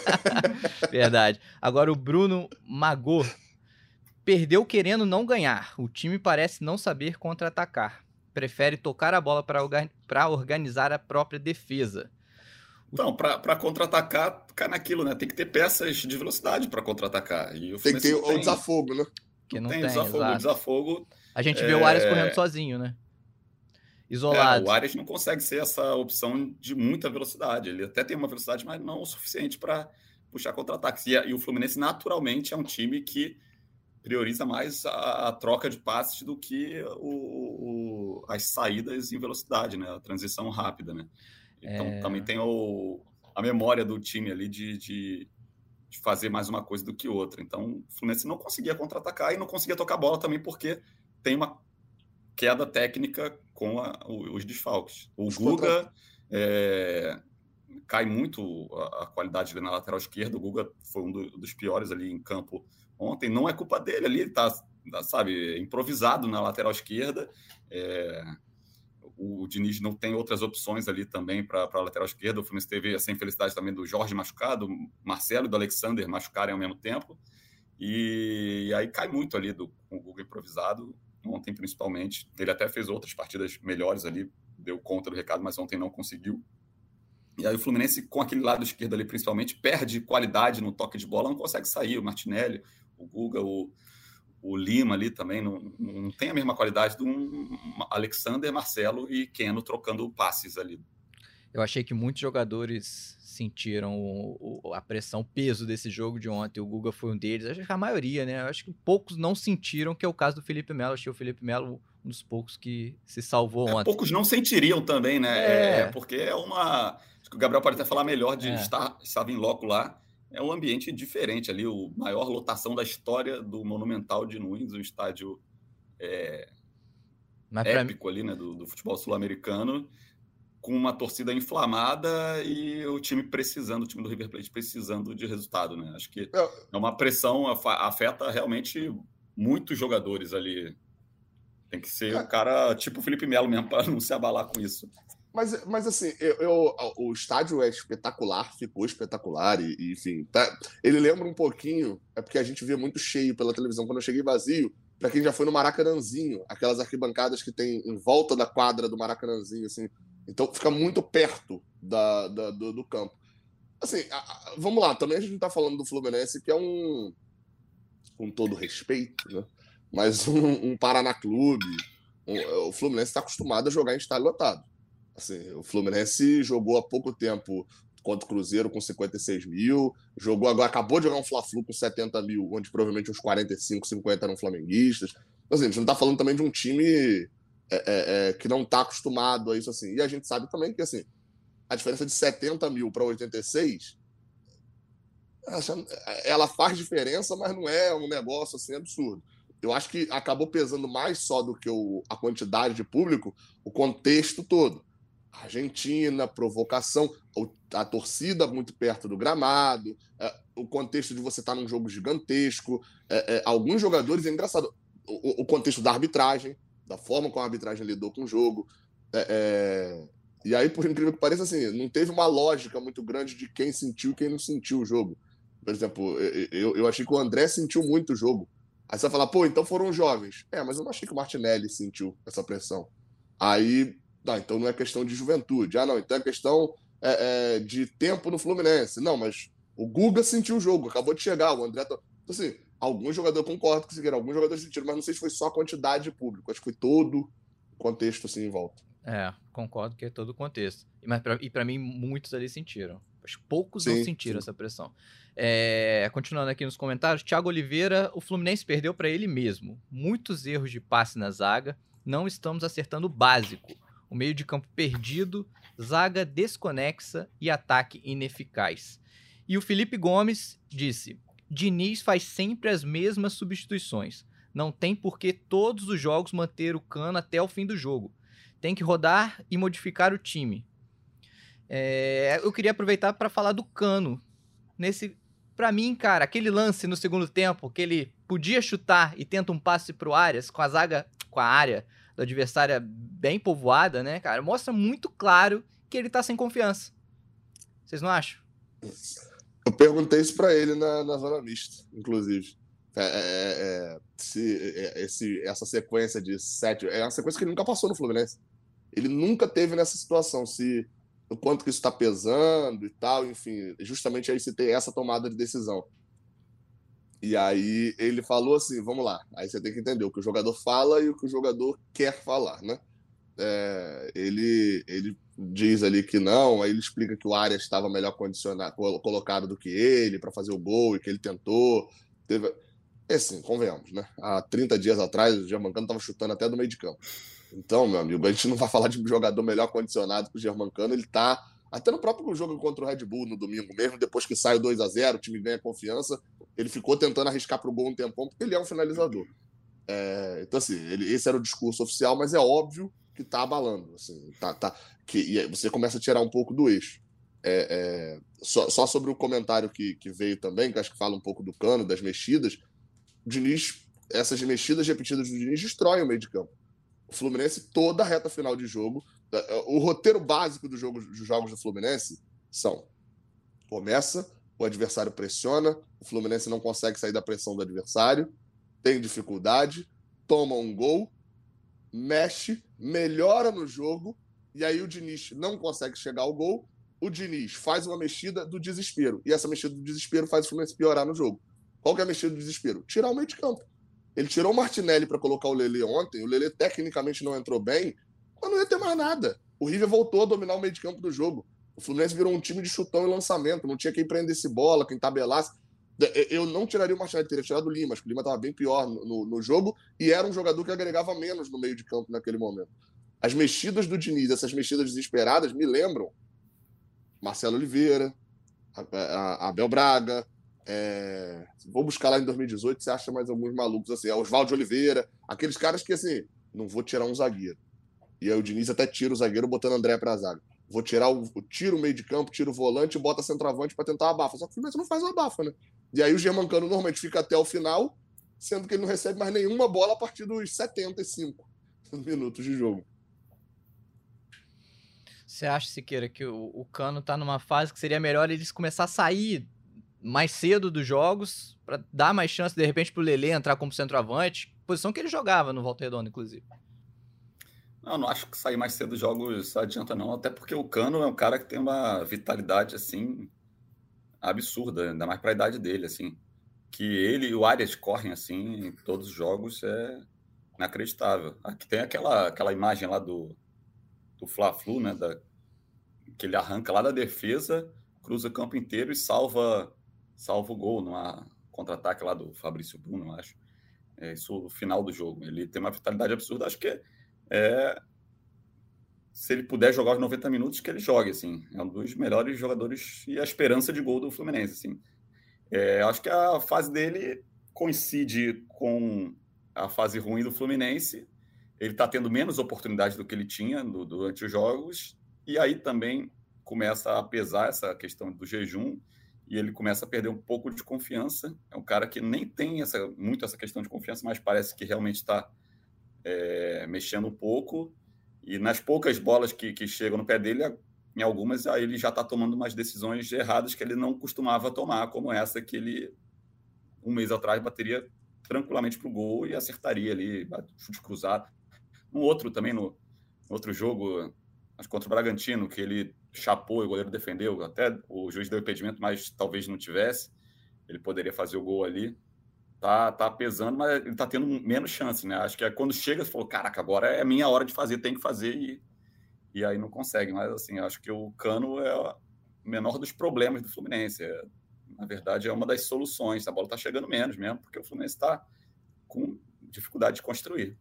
né? Verdade. Agora o Bruno Magô perdeu querendo não ganhar. O time parece não saber contra-atacar. Prefere tocar a bola para orga... organizar a própria defesa. Então, para contra-atacar, cai naquilo, né? Tem que ter peças de velocidade para contra-atacar. E o tem que ter o tem, desafogo, né? Que não, não tem, tem desafogo. O desafogo. A gente é... vê o Arias correndo sozinho, né? Isolado. É, o Arias não consegue ser essa opção de muita velocidade. Ele até tem uma velocidade, mas não o suficiente para puxar contra-ataques. E, e o Fluminense, naturalmente, é um time que prioriza mais a, a troca de passes do que o, o, as saídas em velocidade, né? A transição rápida, né? Então, é... também tem o, a memória do time ali de, de, de fazer mais uma coisa do que outra. Então, o Fluminense não conseguia contra-atacar e não conseguia tocar a bola também porque tem uma queda técnica com a, os desfalques. O Guga contra... é, cai muito a, a qualidade na lateral esquerda. O Guga foi um do, dos piores ali em campo ontem. Não é culpa dele ali, ele tá, sabe, improvisado na lateral esquerda. É... O Diniz não tem outras opções ali também para a lateral esquerda. O Fluminense teve essa infelicidade também do Jorge machucado, Marcelo e do Alexander machucarem ao mesmo tempo. E, e aí cai muito ali do, com o Guga improvisado, ontem principalmente. Ele até fez outras partidas melhores ali, deu conta do recado, mas ontem não conseguiu. E aí o Fluminense, com aquele lado esquerdo ali principalmente, perde qualidade no toque de bola, não consegue sair. O Martinelli, o Guga, o... O Lima ali também não, não tem a mesma qualidade de um Alexander, Marcelo e Keno trocando passes ali. Eu achei que muitos jogadores sentiram o, o, a pressão, o peso desse jogo de ontem. O Guga foi um deles. Acho que a maioria, né? Eu acho que poucos não sentiram, que é o caso do Felipe Melo. Eu achei o Felipe Melo um dos poucos que se salvou é, ontem. Poucos não sentiriam também, né? É. É, porque é uma... Acho que o Gabriel pode até falar melhor de É. estar, estava em loco lá. É um ambiente diferente ali. O maior lotação da história do Monumental de Nunes, um estádio é, épico pra... ali, né? Do, do futebol sul-americano, com uma torcida inflamada e o time precisando, o time do River Plate precisando de resultado, né? Acho que é uma pressão, afeta realmente muitos jogadores ali. Tem que ser o cara tipo o Felipe Melo mesmo, para não se abalar com isso. Mas, mas assim, eu, eu, o estádio é espetacular, ficou espetacular, e, e enfim, tá, ele lembra um pouquinho, é porque a gente via muito cheio pela televisão quando eu cheguei vazio, para quem já foi no Maracanãzinho, aquelas arquibancadas que tem em volta da quadra do Maracanãzinho, assim, então fica muito perto da, da, do, do campo. Assim, a, a, vamos lá, também a gente está falando do Fluminense, que é um, com todo respeito, né? Mas um, um Paraná Clube, um, o Fluminense está acostumado a jogar em estádio lotado. Assim, o Fluminense jogou há pouco tempo contra o Cruzeiro com cinquenta e seis mil, jogou agora, acabou de jogar um Fla-Flu com setenta mil, onde provavelmente uns quarenta e cinco, cinquenta eram flamenguistas. Então, assim, a gente não está falando também de um time é, é, é, que não está acostumado a isso. Assim. E a gente sabe também que assim, a diferença de setenta mil para oitenta e seis, ela faz diferença, mas não é um negócio assim, absurdo. Eu acho que acabou pesando mais só do que o, a quantidade de público, o contexto todo. Argentina, provocação, a torcida muito perto do gramado, é, o contexto de você estar num jogo gigantesco, é, é, alguns jogadores, é engraçado, o, o contexto da arbitragem, da forma como a arbitragem lidou com o jogo, é, é, e aí, por incrível que pareça, assim, não teve uma lógica muito grande de quem sentiu e quem não sentiu o jogo. Por exemplo, eu, eu achei que o André sentiu muito o jogo. Aí você vai falar, pô, então foram jovens. É, mas eu não achei que o Martinelli sentiu essa pressão. Aí, tá, então não é questão de juventude. Ah, não, então é questão é, é, de tempo no Fluminense. Não, mas o Guga sentiu o jogo, acabou de chegar, o André... Tá... Então, assim, alguns jogadores, concordo com isso, alguns jogadores sentiram, mas não sei se foi só a quantidade de público, acho que foi todo o contexto, assim, em volta. É, concordo que é todo o contexto. Mas pra, e pra mim, muitos ali sentiram. Acho que poucos sim, não sentiram sim. essa pressão. É, continuando aqui nos comentários, Thiago Oliveira, o Fluminense perdeu para ele mesmo. Muitos erros de passe na zaga, não estamos acertando o básico. O meio de campo perdido, zaga desconexa e ataque ineficaz. E o Felipe Gomes disse, Diniz faz sempre as mesmas substituições. Não tem por que todos os jogos manter o Cano até o fim do jogo. Tem que rodar e modificar o time. É, eu queria aproveitar para falar do Cano. Nesse, para mim, cara, aquele lance no segundo tempo, que ele podia chutar e tenta um passe pro Arias, com a zaga, com a área do adversário bem povoada, né, cara? Mostra muito claro que ele tá sem confiança. Vocês não acham? Eu perguntei isso para ele na, na zona mista, inclusive. É, é, é, se, é, esse, essa sequência de sete... É uma sequência que ele nunca passou no Fluminense. Ele nunca teve nessa situação. Se... o quanto que isso está pesando e tal, enfim, justamente aí você tem essa tomada de decisão. E aí ele falou assim, vamos lá, aí você tem que entender o que o jogador fala e o que o jogador quer falar, né? É, ele, ele diz ali que não, aí ele explica que o Arias estava melhor condicionado, colocado do que ele para fazer o gol e que ele tentou. Teve... É assim, convenhamos, né? Há trinta dias atrás o Germancano estava chutando até do meio de campo. Então, meu amigo, a gente não vai falar de um jogador melhor condicionado que o Germancano, ele tá até no próprio jogo contra o Red Bull no domingo mesmo, depois que sai o dois a zero, o time ganha confiança, ele ficou tentando arriscar pro gol um tempão, porque ele é um finalizador. É, então, assim, ele, esse era o discurso oficial, mas é óbvio que tá abalando, assim, tá, tá, que, e aí você começa a tirar um pouco do eixo. É, é, só, só sobre o comentário que, que veio também, que acho que fala um pouco do Cano, das mexidas, o Diniz, essas mexidas repetidas do Diniz destroem o meio de campo. O Fluminense, toda a reta final de jogo, o roteiro básico do jogo, dos jogos do Fluminense são: começa, o adversário pressiona, o Fluminense não consegue sair da pressão do adversário, tem dificuldade, toma um gol, mexe, melhora no jogo, e aí o Diniz não consegue chegar ao gol, o Diniz faz uma mexida do desespero, e essa mexida do desespero faz o Fluminense piorar no jogo. Qual que é a mexida do desespero? Tirar o meio de campo. Ele tirou o Martinelli para colocar o Lelê ontem. O Lelê tecnicamente não entrou bem, mas não ia ter mais nada. o River voltou a dominar o meio de campo do jogo. O Fluminense virou um time de chutão e lançamento, não tinha quem prendesse bola, quem tabelasse. Eu não tiraria o Martinelli, teria tirado o Lima, acho que o Lima estava bem pior no, no, no jogo e era um jogador que agregava menos no meio de campo naquele momento. As mexidas do Diniz, essas mexidas desesperadas, me lembram Marcelo Oliveira, a, a, a Abel Braga, é... vou buscar lá em dois mil e dezoito, você acha mais alguns malucos assim, Oswaldo Oliveira, aqueles caras que assim, não vou tirar um zagueiro. E aí o Diniz até tira o zagueiro botando o André para a zaga. Vou tirar o, tiro o meio de campo, tiro o volante e bota centroavante para tentar abafa. Só que o Fluminense não faz o abafa, né? E aí o Germancano normalmente fica até o final, sendo que ele não recebe mais nenhuma bola a partir dos setenta e cinco minutos de jogo. Você acha, Siqueira, que o, o Cano tá numa fase que seria melhor eles começar a sair mais cedo dos jogos para dar mais chance, de repente, pro Lelê entrar como centroavante, posição que ele jogava no Volta Redonda, inclusive? Não, não acho que sair mais cedo dos jogos adianta, não. Até porque o Cano é um cara que tem uma vitalidade, assim, absurda, ainda mais para a idade dele, assim. Que ele e o Arias correm, assim, em todos os jogos é inacreditável. Aqui tem aquela, aquela imagem lá do, do Fla-Flu, né? Da, que ele arranca lá da defesa, cruza o campo inteiro e salva, salva o gol numa contra-ataque lá do Fabrício Bruno, eu acho. É isso no final do jogo. Ele tem uma vitalidade absurda, acho que é, se ele puder jogar os noventa minutos, que ele jogue, assim. É um dos melhores jogadores e a esperança de gol do Fluminense, assim. É, acho que a fase dele coincide com a fase ruim do Fluminense. Ele está tendo menos oportunidades do que ele tinha do, durante os jogos, e aí também começa a pesar essa questão do jejum, e ele começa a perder um pouco de confiança. É um cara que nem tem essa, muito essa questão de confiança, mas parece que realmente está É, mexendo um pouco, e nas poucas bolas que, que chegam no pé dele, em algumas, aí ele já está tomando umas decisões erradas que ele não costumava tomar, como essa que ele, um mês atrás, bateria tranquilamente para o gol e acertaria ali, chute cruzado. Um outro também, no, no outro jogo, acho contra o Bragantino, que ele chapou e o goleiro defendeu, até o juiz deu impedimento, mas talvez não tivesse, ele poderia fazer o gol ali. Tá, tá pesando, mas ele tá tendo menos chance, né? Acho que é quando chega, você falou, caraca, agora é a minha hora de fazer, tem que fazer, e, e aí não consegue. Mas, assim, acho que o Cano é o menor dos problemas do Fluminense. É, na verdade, é uma das soluções. A bola tá chegando menos mesmo, porque o Fluminense tá com dificuldade de construir.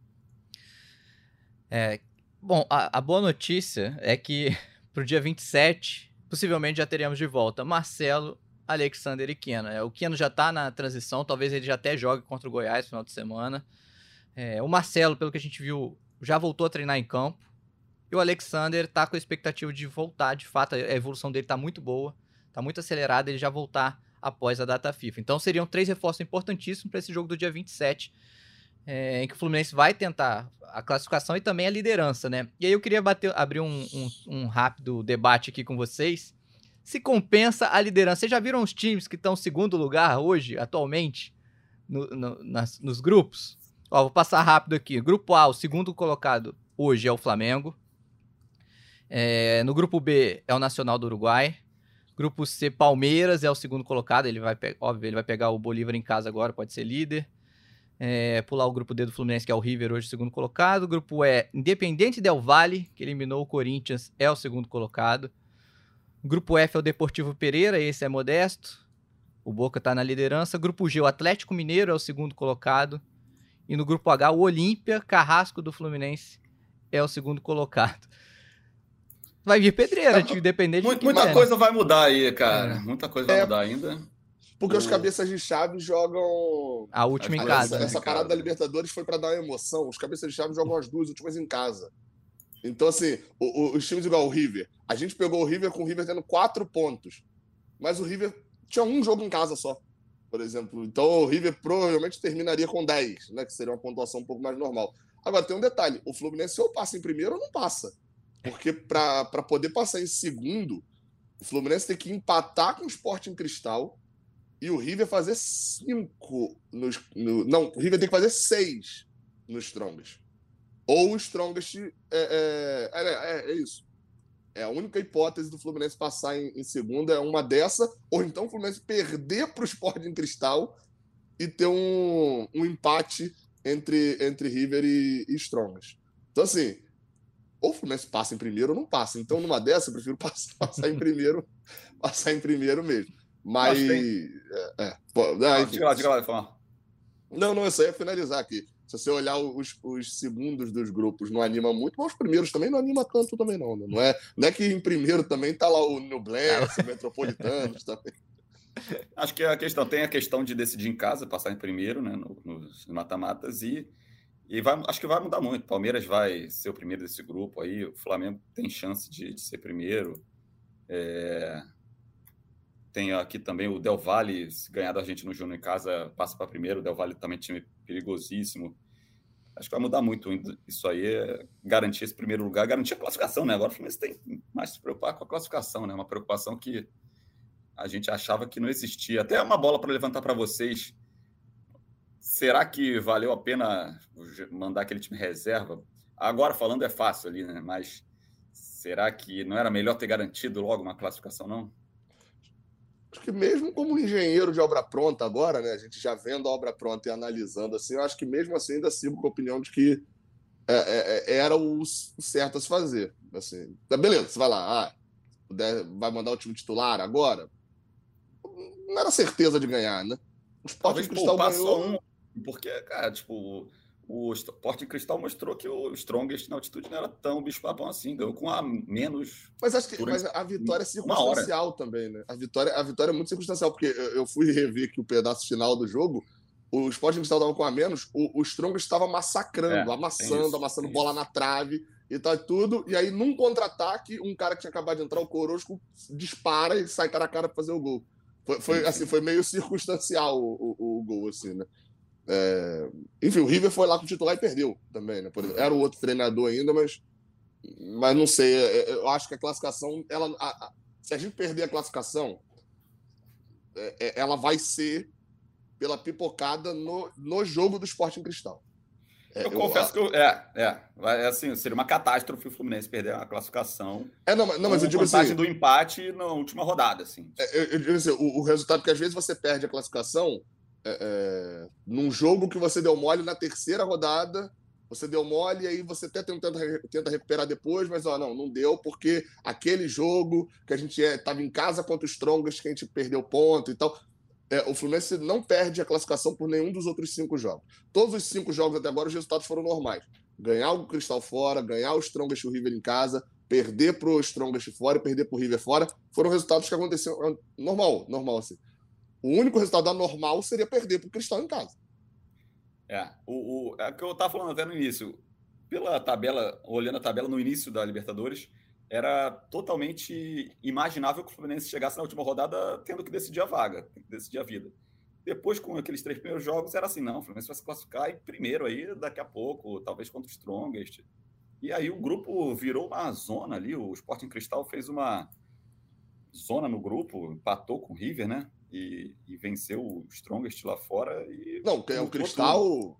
É, bom, a, a boa notícia é que pro dia vinte e sete, possivelmente já teremos de volta Marcelo, Alexander e Keno. É, o Keno já está na transição, talvez ele já até jogue contra o Goiás no final de semana. É, o Marcelo, pelo que a gente viu, já voltou a treinar em campo. E o Alexander está com a expectativa de voltar, de fato, a evolução dele está muito boa, está muito acelerada, ele já voltar após a data FIFA. Então seriam três reforços importantíssimos para esse jogo do dia vinte e sete, é, em que o Fluminense vai tentar a classificação e também a liderança, né? E aí eu queria bater, abrir um, um, um rápido debate aqui com vocês. Se compensa a liderança. Vocês já viram os times que estão em segundo lugar hoje, atualmente, no, no, nas, nos grupos? Ó, vou passar rápido aqui. Grupo A, o segundo colocado hoje é o Flamengo. É, no grupo B é o Nacional do Uruguai. Grupo C, Palmeiras é o segundo colocado. Ele vai, óbvio, ele vai pegar o Bolívar em casa agora, pode ser líder. É, pular o grupo D do Fluminense, que é o River, hoje segundo colocado. Grupo E, Independiente Del Valle, que eliminou o Corinthians, é o segundo colocado. Grupo F é o Deportivo Pereira, esse é modesto. O Boca tá na liderança. Grupo G, o Atlético Mineiro é o segundo colocado. E no grupo H, o Olímpia, Carrasco do Fluminense, é o segundo colocado. Vai vir pedreira, é, independente muito, de Muita vai, coisa né? vai mudar aí, cara. É. Muita coisa vai é, mudar ainda. Porque o... os cabeças de chave jogam... A última em essa, casa. Essa, essa né? parada da Libertadores foi para dar uma emoção. Os cabeças de chave jogam as duas últimas em casa. Então, assim, o, o, os times igual o River, a gente pegou o River com o River tendo quatro pontos, mas o River tinha um jogo em casa só, por exemplo. Então, o River provavelmente terminaria com dez, né, que seria uma pontuação um pouco mais normal. Agora, tem um detalhe, o Fluminense ou passa em primeiro ou não passa, porque para poder passar em segundo, o Fluminense tem que empatar com o Sporting Cristal e o River fazer cinco nos, no, não, o River tem que fazer seis no Strongest. Ou o Strongest é, é, é, é isso. É a única hipótese do Fluminense passar em, em segunda, é uma dessa, ou então o Fluminense perder para o Sporting Cristal e ter um, um empate entre, entre River e, e Strongest. Então, assim, ou o Fluminense passa em primeiro ou não passa. Então, numa dessa, eu prefiro passar, passar em primeiro, passar em primeiro mesmo. Mas. Tem... É, é, pô, não, diga lá, diga lá, falar. Não, não, eu só ia finalizar aqui. Se você olhar os, os segundos dos grupos, não anima muito, mas os primeiros também não anima tanto também, não. Né? Não, é, não é que em primeiro também tá lá o Nublense, o Metropolitanos também. Acho que a questão tem a questão de decidir em casa, passar em primeiro, né, no, nos mata-matas, e, e vai, acho que vai mudar muito. Palmeiras vai ser o primeiro desse grupo aí, o Flamengo tem chance de, de ser primeiro. É... Tem aqui também o Del Valle, se ganhar do Argentino Júnior em casa, passa para primeiro. O Del Valle também é time perigosíssimo. Acho que vai mudar muito isso aí, é garantir esse primeiro lugar, garantir a classificação, né? Agora o Fluminense tem mais se preocupar com a classificação, né? Uma preocupação que a gente achava que não existia. Até uma bola para levantar para vocês. Será que valeu a pena mandar aquele time reserva? Agora falando é fácil ali, né? Mas será que não era melhor ter garantido logo uma classificação, não? Acho que mesmo como engenheiro de obra pronta agora, né, a gente já vendo a obra pronta e analisando assim, eu acho que mesmo assim ainda sigo com a opinião de que é, é, era o certo a se fazer. Assim, beleza, você vai lá, ah, puder, vai mandar o time titular agora? Não era certeza de ganhar, né? O Sporting Cristal ganhou... Um, porque, cara, tipo... O Sporting Cristal mostrou que o Strongest na altitude não era tão bicho-papão assim, ganhou com a menos... Mas acho que mas a vitória é circunstancial também, né? A vitória, a vitória é muito circunstancial, porque eu fui rever aqui o pedaço final do jogo, o Sporting Cristal estava com a menos, o, o Strongest estava massacrando, é, amassando, isso, amassando bola isso. na trave e tal, tudo, e aí num contra-ataque, um cara que tinha acabado de entrar, o Corosco, dispara e sai cara a cara para fazer o gol. Foi, foi, assim, foi meio circunstancial o, o, o gol, assim, né? É... Enfim, o River foi lá com o titular e perdeu também, né? Por exemplo, era o outro treinador ainda, mas, mas não sei. Eu acho que a classificação, ela, a, a, se a gente perder a classificação, é, ela vai ser pela pipocada no, no jogo do Sporting Cristal. É, eu, eu confesso a... que eu, é, é, é assim, seria uma catástrofe o Fluminense perder a classificação. É, não, não mas eu digo vantagem assim, do empate na última rodada, assim. É, eu, eu digo assim, o, o resultado que às vezes você perde a classificação. É, é, num jogo que você deu mole na terceira rodada, você deu mole e aí você até tenta, tenta recuperar depois, mas ó, não, não deu, porque aquele jogo que a gente estava é, em casa contra os Strongest, que a gente perdeu ponto e tal. É, o Fluminense não perde a classificação por nenhum dos outros cinco jogos. Todos os cinco jogos até agora, os resultados foram normais. Ganhar o Cristal fora, ganhar o Strongest e o River em casa, perder pro Strongest fora e perder pro River fora, foram resultados que aconteceram normal, normal assim. O único resultado anormal seria perder para o Cristal em casa. É, o, o, é o que eu estava falando até no início. Pela tabela, olhando a tabela no início da Libertadores, era totalmente imaginável que o Fluminense chegasse na última rodada tendo que decidir a vaga, tendo que decidir a vida. Depois, com aqueles três primeiros jogos, era assim, não, o Fluminense vai se classificar em primeiro aí, daqui a pouco, talvez contra o Strongest. E aí o grupo virou uma zona ali, o Sporting Cristal fez uma zona no grupo, empatou com o River, né? E, e venceu o Strongest lá fora. E não, o Cristal, o,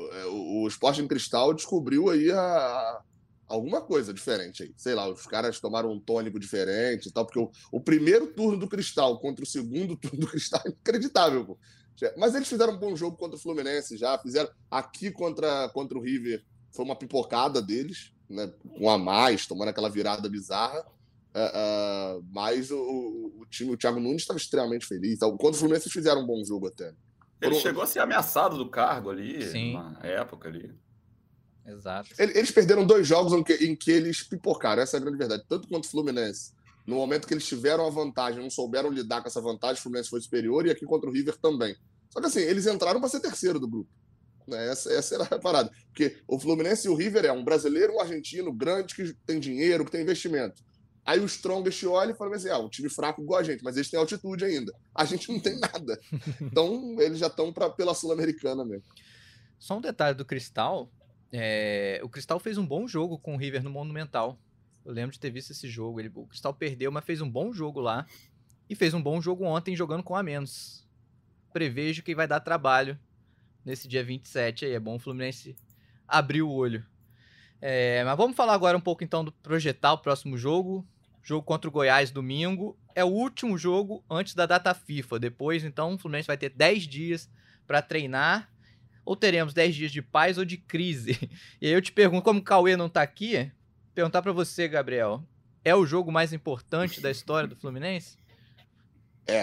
o Sporting Cristal descobriu aí a, a, alguma coisa diferente aí. Sei lá, os caras tomaram um tônico diferente e tal, porque o, o primeiro turno do Cristal contra o segundo turno do Cristal é inacreditável, pô. Mas eles fizeram um bom jogo contra o Fluminense já, fizeram aqui contra, contra o River, foi uma pipocada deles, né? Com a mais, tomando aquela virada bizarra. Uh, uh, mas o, o time, o Thiago Nunes estava extremamente feliz. Então, quando o Fluminense fizeram um bom jogo até. Ele Foram... chegou a ser ameaçado do cargo ali, Sim. na época ali. Exato. Eles perderam dois jogos em que, em que eles pipocaram, essa é a grande verdade. Tanto quanto o Fluminense, no momento que eles tiveram a vantagem, não souberam lidar com essa vantagem, o Fluminense foi superior, e aqui contra o River também. Só que assim, eles entraram para ser terceiro do grupo. Né? Essa, essa era a parada. Porque o Fluminense e o River é um brasileiro e um argentino grande que tem dinheiro, que tem investimento. Aí o Strongest olha e fala assim, ah, um time fraco igual a gente, mas eles têm altitude ainda. A gente não tem nada. Então, eles já estão pela Sul-Americana mesmo. Só um detalhe do Cristal. É... O Cristal fez um bom jogo com o River no Monumental. Eu lembro de ter visto esse jogo. Ele... O Cristal perdeu, mas fez um bom jogo lá. E fez um bom jogo ontem jogando com a menos. Prevejo que vai dar trabalho nesse dia vinte e sete. Aí é bom o Fluminense abrir o olho. É... Mas vamos falar agora um pouco então do projetar o próximo jogo. Jogo contra o Goiás domingo. É o último jogo antes da data FIFA. Depois, então, o Fluminense vai ter dez dias para treinar. Ou teremos dez dias de paz ou de crise. E aí eu te pergunto, como o Cauê não tá aqui, Perguntar para você, Gabriel, é o jogo mais importante da história do Fluminense? É,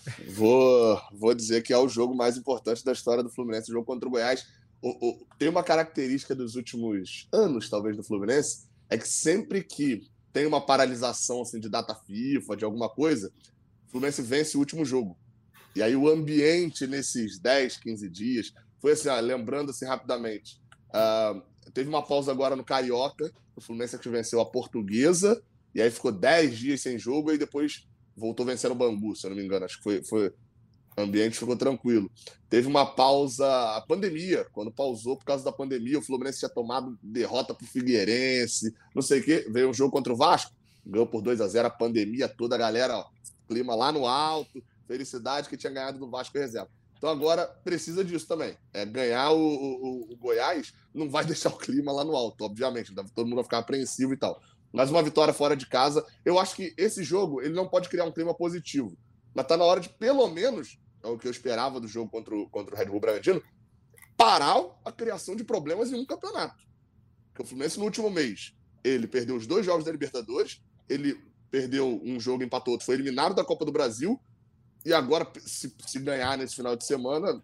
vou, vou dizer que é o jogo mais importante da história do Fluminense, o jogo contra o Goiás. O, o, tem uma característica dos últimos anos, talvez, do Fluminense, é que sempre que tem uma paralisação assim, de data FIFA, de alguma coisa, o Fluminense vence o último jogo. E aí o ambiente nesses dez, quinze dias foi assim, ah, lembrando assim rapidamente, uh, teve uma pausa agora no Carioca, o Fluminense que venceu a Portuguesa, e aí ficou dez dias sem jogo, e depois voltou vencendo o Bangu, se eu não me engano, acho que foi... foi... O ambiente ficou tranquilo. Teve uma pausa, a pandemia, quando pausou por causa da pandemia, o Fluminense tinha tomado derrota pro Figueirense, não sei o quê, veio um jogo contra o Vasco, ganhou por dois a zero, a pandemia toda, a galera, ó, clima lá no alto, felicidade que tinha ganhado do Vasco reserva. Então agora precisa disso também. É, ganhar o, o, o Goiás não vai deixar o clima lá no alto, obviamente, todo mundo vai ficar apreensivo e tal. Mas uma vitória fora de casa, eu acho que esse jogo ele não pode criar um clima positivo, mas tá na hora de, pelo menos, é o que eu esperava do jogo contra o, contra o Red Bull Bragantino, parar a criação de problemas em um campeonato. Porque o Fluminense, no último mês, ele perdeu os dois jogos da Libertadores, ele perdeu um jogo, empatou outro, foi eliminado da Copa do Brasil, e agora, se, se ganhar nesse final de semana,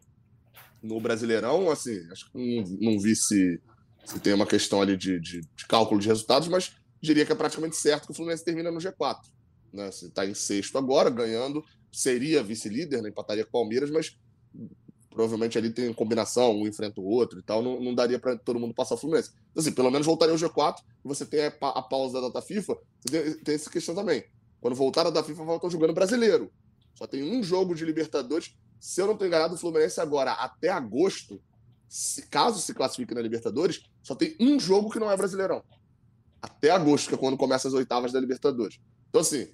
no Brasileirão, assim, acho que não, não vi se, se tem uma questão ali de, de, de cálculo de resultados, mas diria que é praticamente certo que o Fluminense termina no G quatro. Né? Assim, tá em sexto agora, ganhando, seria vice-líder, né? Empataria com o Palmeiras, mas provavelmente ali tem combinação, um enfrenta o outro e tal, não, não daria para todo mundo passar o Fluminense. Então, assim, pelo menos voltaria ao G quatro, e você tem a, a pausa da data FIFA, você tem, tem essa questão também. Quando voltar a data FIFA, voltam jogando brasileiro. Só tem um jogo de Libertadores. Se eu não estou enganado, o Fluminense agora, até agosto, se, caso se classifique na Libertadores, só tem um jogo que não é Brasileirão. Até agosto, que é quando começa as oitavas da Libertadores. Então, assim,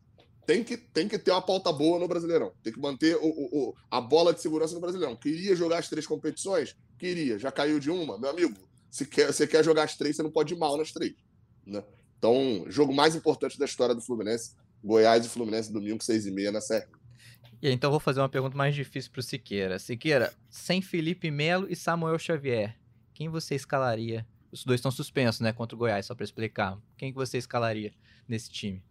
Tem que, tem que ter uma pauta boa no Brasileirão. Tem que manter o, o, a bola de segurança no Brasileirão. Queria jogar as três competições? Queria. Já caiu de uma? Meu amigo, se quer, você quer jogar as três, você não pode ir mal nas três. Né? Então, jogo mais importante da história do Fluminense, Goiás e Fluminense, domingo, seis e meia na Serra. E aí, então vou fazer uma pergunta mais difícil para o Siqueira. Siqueira, sem Felipe Melo e Samuel Xavier, quem você escalaria? Os dois estão suspensos, né, contra o Goiás, só para explicar. Quem que você escalaria nesse time?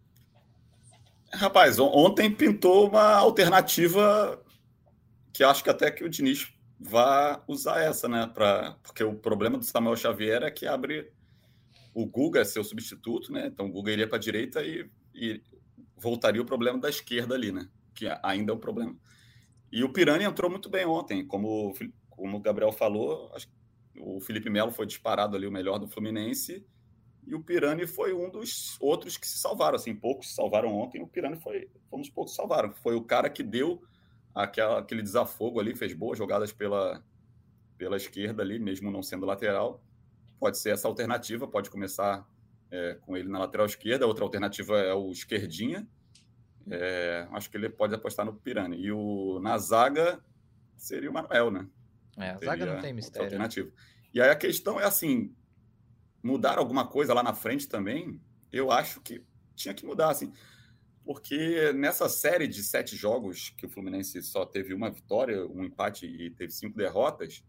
Rapaz, ontem pintou uma alternativa que acho que até que o Diniz vai usar essa, né? Pra, porque o problema do Samuel Xavier é que abre o Guga, é seu substituto, né? Então o Guga iria para a direita e, e voltaria o problema da esquerda ali, né? Que ainda é um problema. E o Pirani entrou muito bem ontem, como, como o Gabriel falou, acho que o Felipe Melo foi disparado ali o melhor do Fluminense. E o Pirani foi um dos outros que se salvaram, assim, poucos se salvaram ontem, o Pirani foi, foi um dos poucos que se salvaram. Foi o cara que deu aquela, aquele desafogo ali, fez boas jogadas pela, pela esquerda ali, mesmo não sendo lateral. Pode ser essa alternativa, pode começar é, com ele na lateral esquerda, outra alternativa é o esquerdinha. É, acho que ele pode apostar no Pirani. E o, na zaga seria o Manuel, né? É, a seria zaga não tem mistério. Alternativa. E aí a questão é assim, mudar alguma coisa lá na frente também, eu acho que tinha que mudar, assim, porque nessa série de sete jogos que o Fluminense só teve uma vitória, um empate e teve cinco derrotas,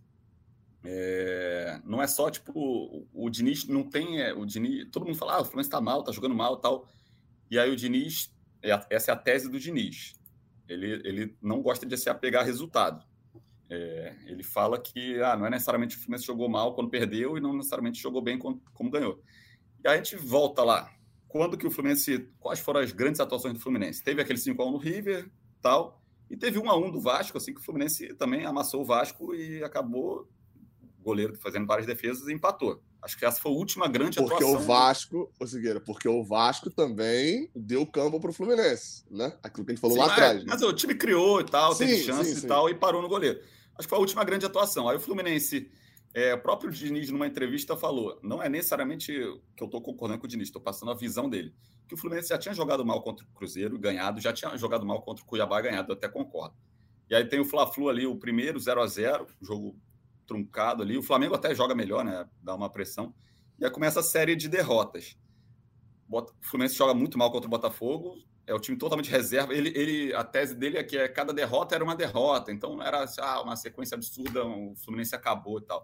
é, não é só, tipo, o, o Diniz não tem, é, o Diniz, todo mundo fala, ah, o Fluminense tá mal, tá jogando mal e tal, e aí o Diniz, é a, essa é a tese do Diniz, ele, ele não gosta de se apegar a resultado. É, ele fala que ah, não é necessariamente o Fluminense jogou mal quando perdeu e não necessariamente jogou bem quando, como ganhou. E aí a gente volta lá. Quando que o Fluminense... Quais foram as grandes atuações do Fluminense? Teve aquele cinco a um no River, tal, e teve um a um do Vasco, assim, que o Fluminense também amassou o Vasco e acabou o goleiro fazendo várias defesas e empatou. Acho que essa foi a última grande porque atuação. Porque o Vasco, ô Siqueira, porque o Vasco também deu campo pro Fluminense, né? Aquilo que a gente falou sim, lá mas, atrás. Né? Mas o time criou e tal, sim, teve chance sim, e sim. tal, e parou no goleiro. Acho que foi a última grande atuação. Aí o Fluminense, é, o próprio Diniz, numa entrevista, falou, não é necessariamente que eu estou concordando com o Diniz, estou passando a visão dele, que o Fluminense já tinha jogado mal contra o Cruzeiro, ganhado, já tinha jogado mal contra o Cuiabá, ganhado, eu até concordo. E aí tem o Fla-Flu ali, o primeiro, zero a zero, jogo truncado ali, o Flamengo até joga melhor, né, dá uma pressão, e aí começa a série de derrotas. O Fluminense joga muito mal contra o Botafogo, é o time totalmente reserva. Ele, ele, a tese dele é que cada derrota era uma derrota, então era ah, uma sequência absurda, o Fluminense acabou e tal.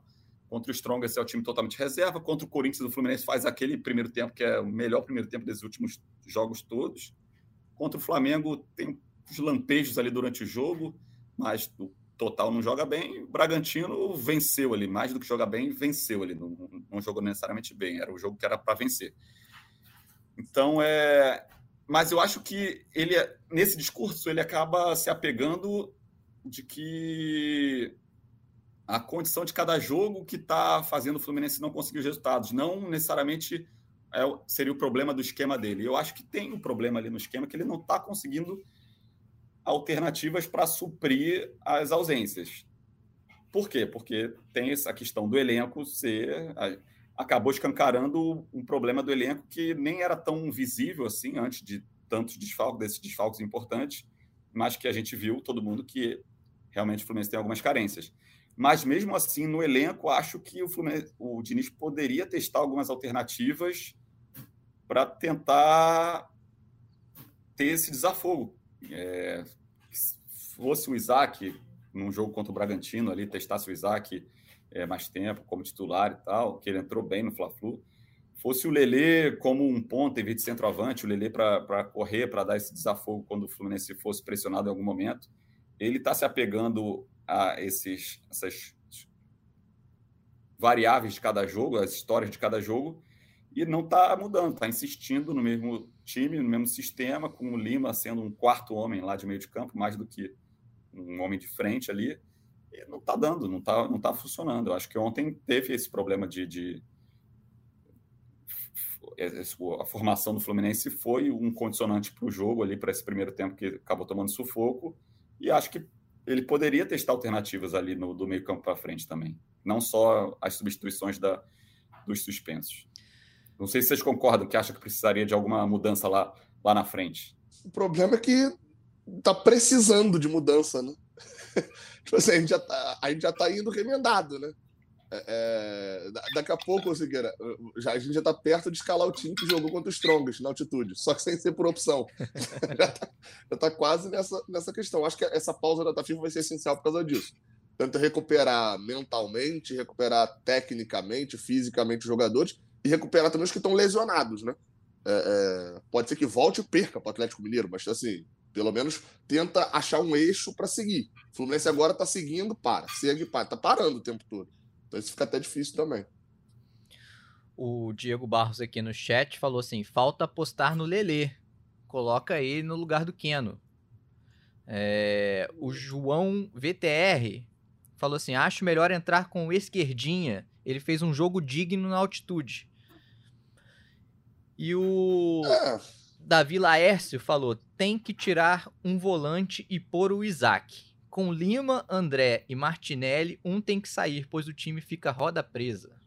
Contra o Strongest é o time totalmente reserva. Contra o Corinthians, o Fluminense faz aquele primeiro tempo, que é o melhor primeiro tempo desses últimos jogos todos. Contra o Flamengo, tem os lampejos ali durante o jogo, mas o total não joga bem. O Bragantino venceu ali, mais do que joga bem, venceu ali. Não, não jogou necessariamente bem, era o jogo que era para vencer. Então, é... Mas eu acho que ele, nesse discurso, ele acaba se apegando de que a condição de cada jogo que está fazendo o Fluminense não conseguir os resultados, não necessariamente é, seria o problema do esquema dele. Eu acho que tem um problema ali no esquema que ele não está conseguindo alternativas para suprir as ausências. Por quê? Porque tem essa questão do elenco ser... acabou escancarando um problema do elenco que nem era tão visível assim antes de tantos desfalques, desses desfalques importantes, mas que a gente viu, todo mundo, que realmente o Fluminense tem algumas carências. Mas, mesmo assim, no elenco, acho que o, Fluminense, o Diniz poderia testar algumas alternativas para tentar ter esse desafogo. É, se fosse o Isaac, num jogo contra o Bragantino, ali, testasse o Isaac é, mais tempo, como titular e tal, que ele entrou bem no Fla-Flu, fosse o Lelê como um ponta em vez de centroavante, o Lelê para correr, para dar esse desafogo quando o Fluminense fosse pressionado em algum momento, ele está se apegando a esses, essas variáveis de cada jogo, as histórias de cada jogo, e não está mudando, está insistindo no mesmo time, no mesmo sistema, com o Lima sendo um quarto homem lá de meio de campo, mais do que um homem de frente ali, e não está dando, não está não tá funcionando. Eu acho que ontem teve esse problema de, de... a formação do Fluminense foi um condicionante para o jogo ali, para esse primeiro tempo que acabou tomando sufoco, e acho que ele poderia testar alternativas ali no, do meio campo para frente também. Não só as substituições da, dos suspensos. Não sei se vocês concordam, que acham que precisaria de alguma mudança lá, lá na frente. O problema é que tá precisando de mudança, né? Tipo assim, a gente já tá, a gente já tá indo remendado, né? É, daqui a pouco, Siqueira, já, a gente já está perto de escalar o time que jogou contra o Strongest na altitude, só que sem ser por opção. já está tá quase nessa, nessa questão. Acho que essa pausa da FIFA vai ser essencial por causa disso. Tanto recuperar mentalmente, recuperar tecnicamente, fisicamente os jogadores e recuperar também os que estão lesionados, né? É, é, pode ser que volte e perca para o Atlético Mineiro, mas assim, pelo menos tenta achar um eixo para seguir. O Fluminense agora está seguindo, para, segue, para, está parando o tempo todo. Então isso fica até difícil também. O Diego Barros aqui no chat falou assim, falta apostar no Lelê. Coloca ele no lugar do Keno. É, o João V T R falou assim, acho melhor entrar com o Esquerdinha. Ele fez um jogo digno na altitude. E o é. Davi Laércio falou, tem que tirar um volante e pôr o Isaac. Com Lima, André e Martinelli, um tem que sair, pois o time fica roda presa.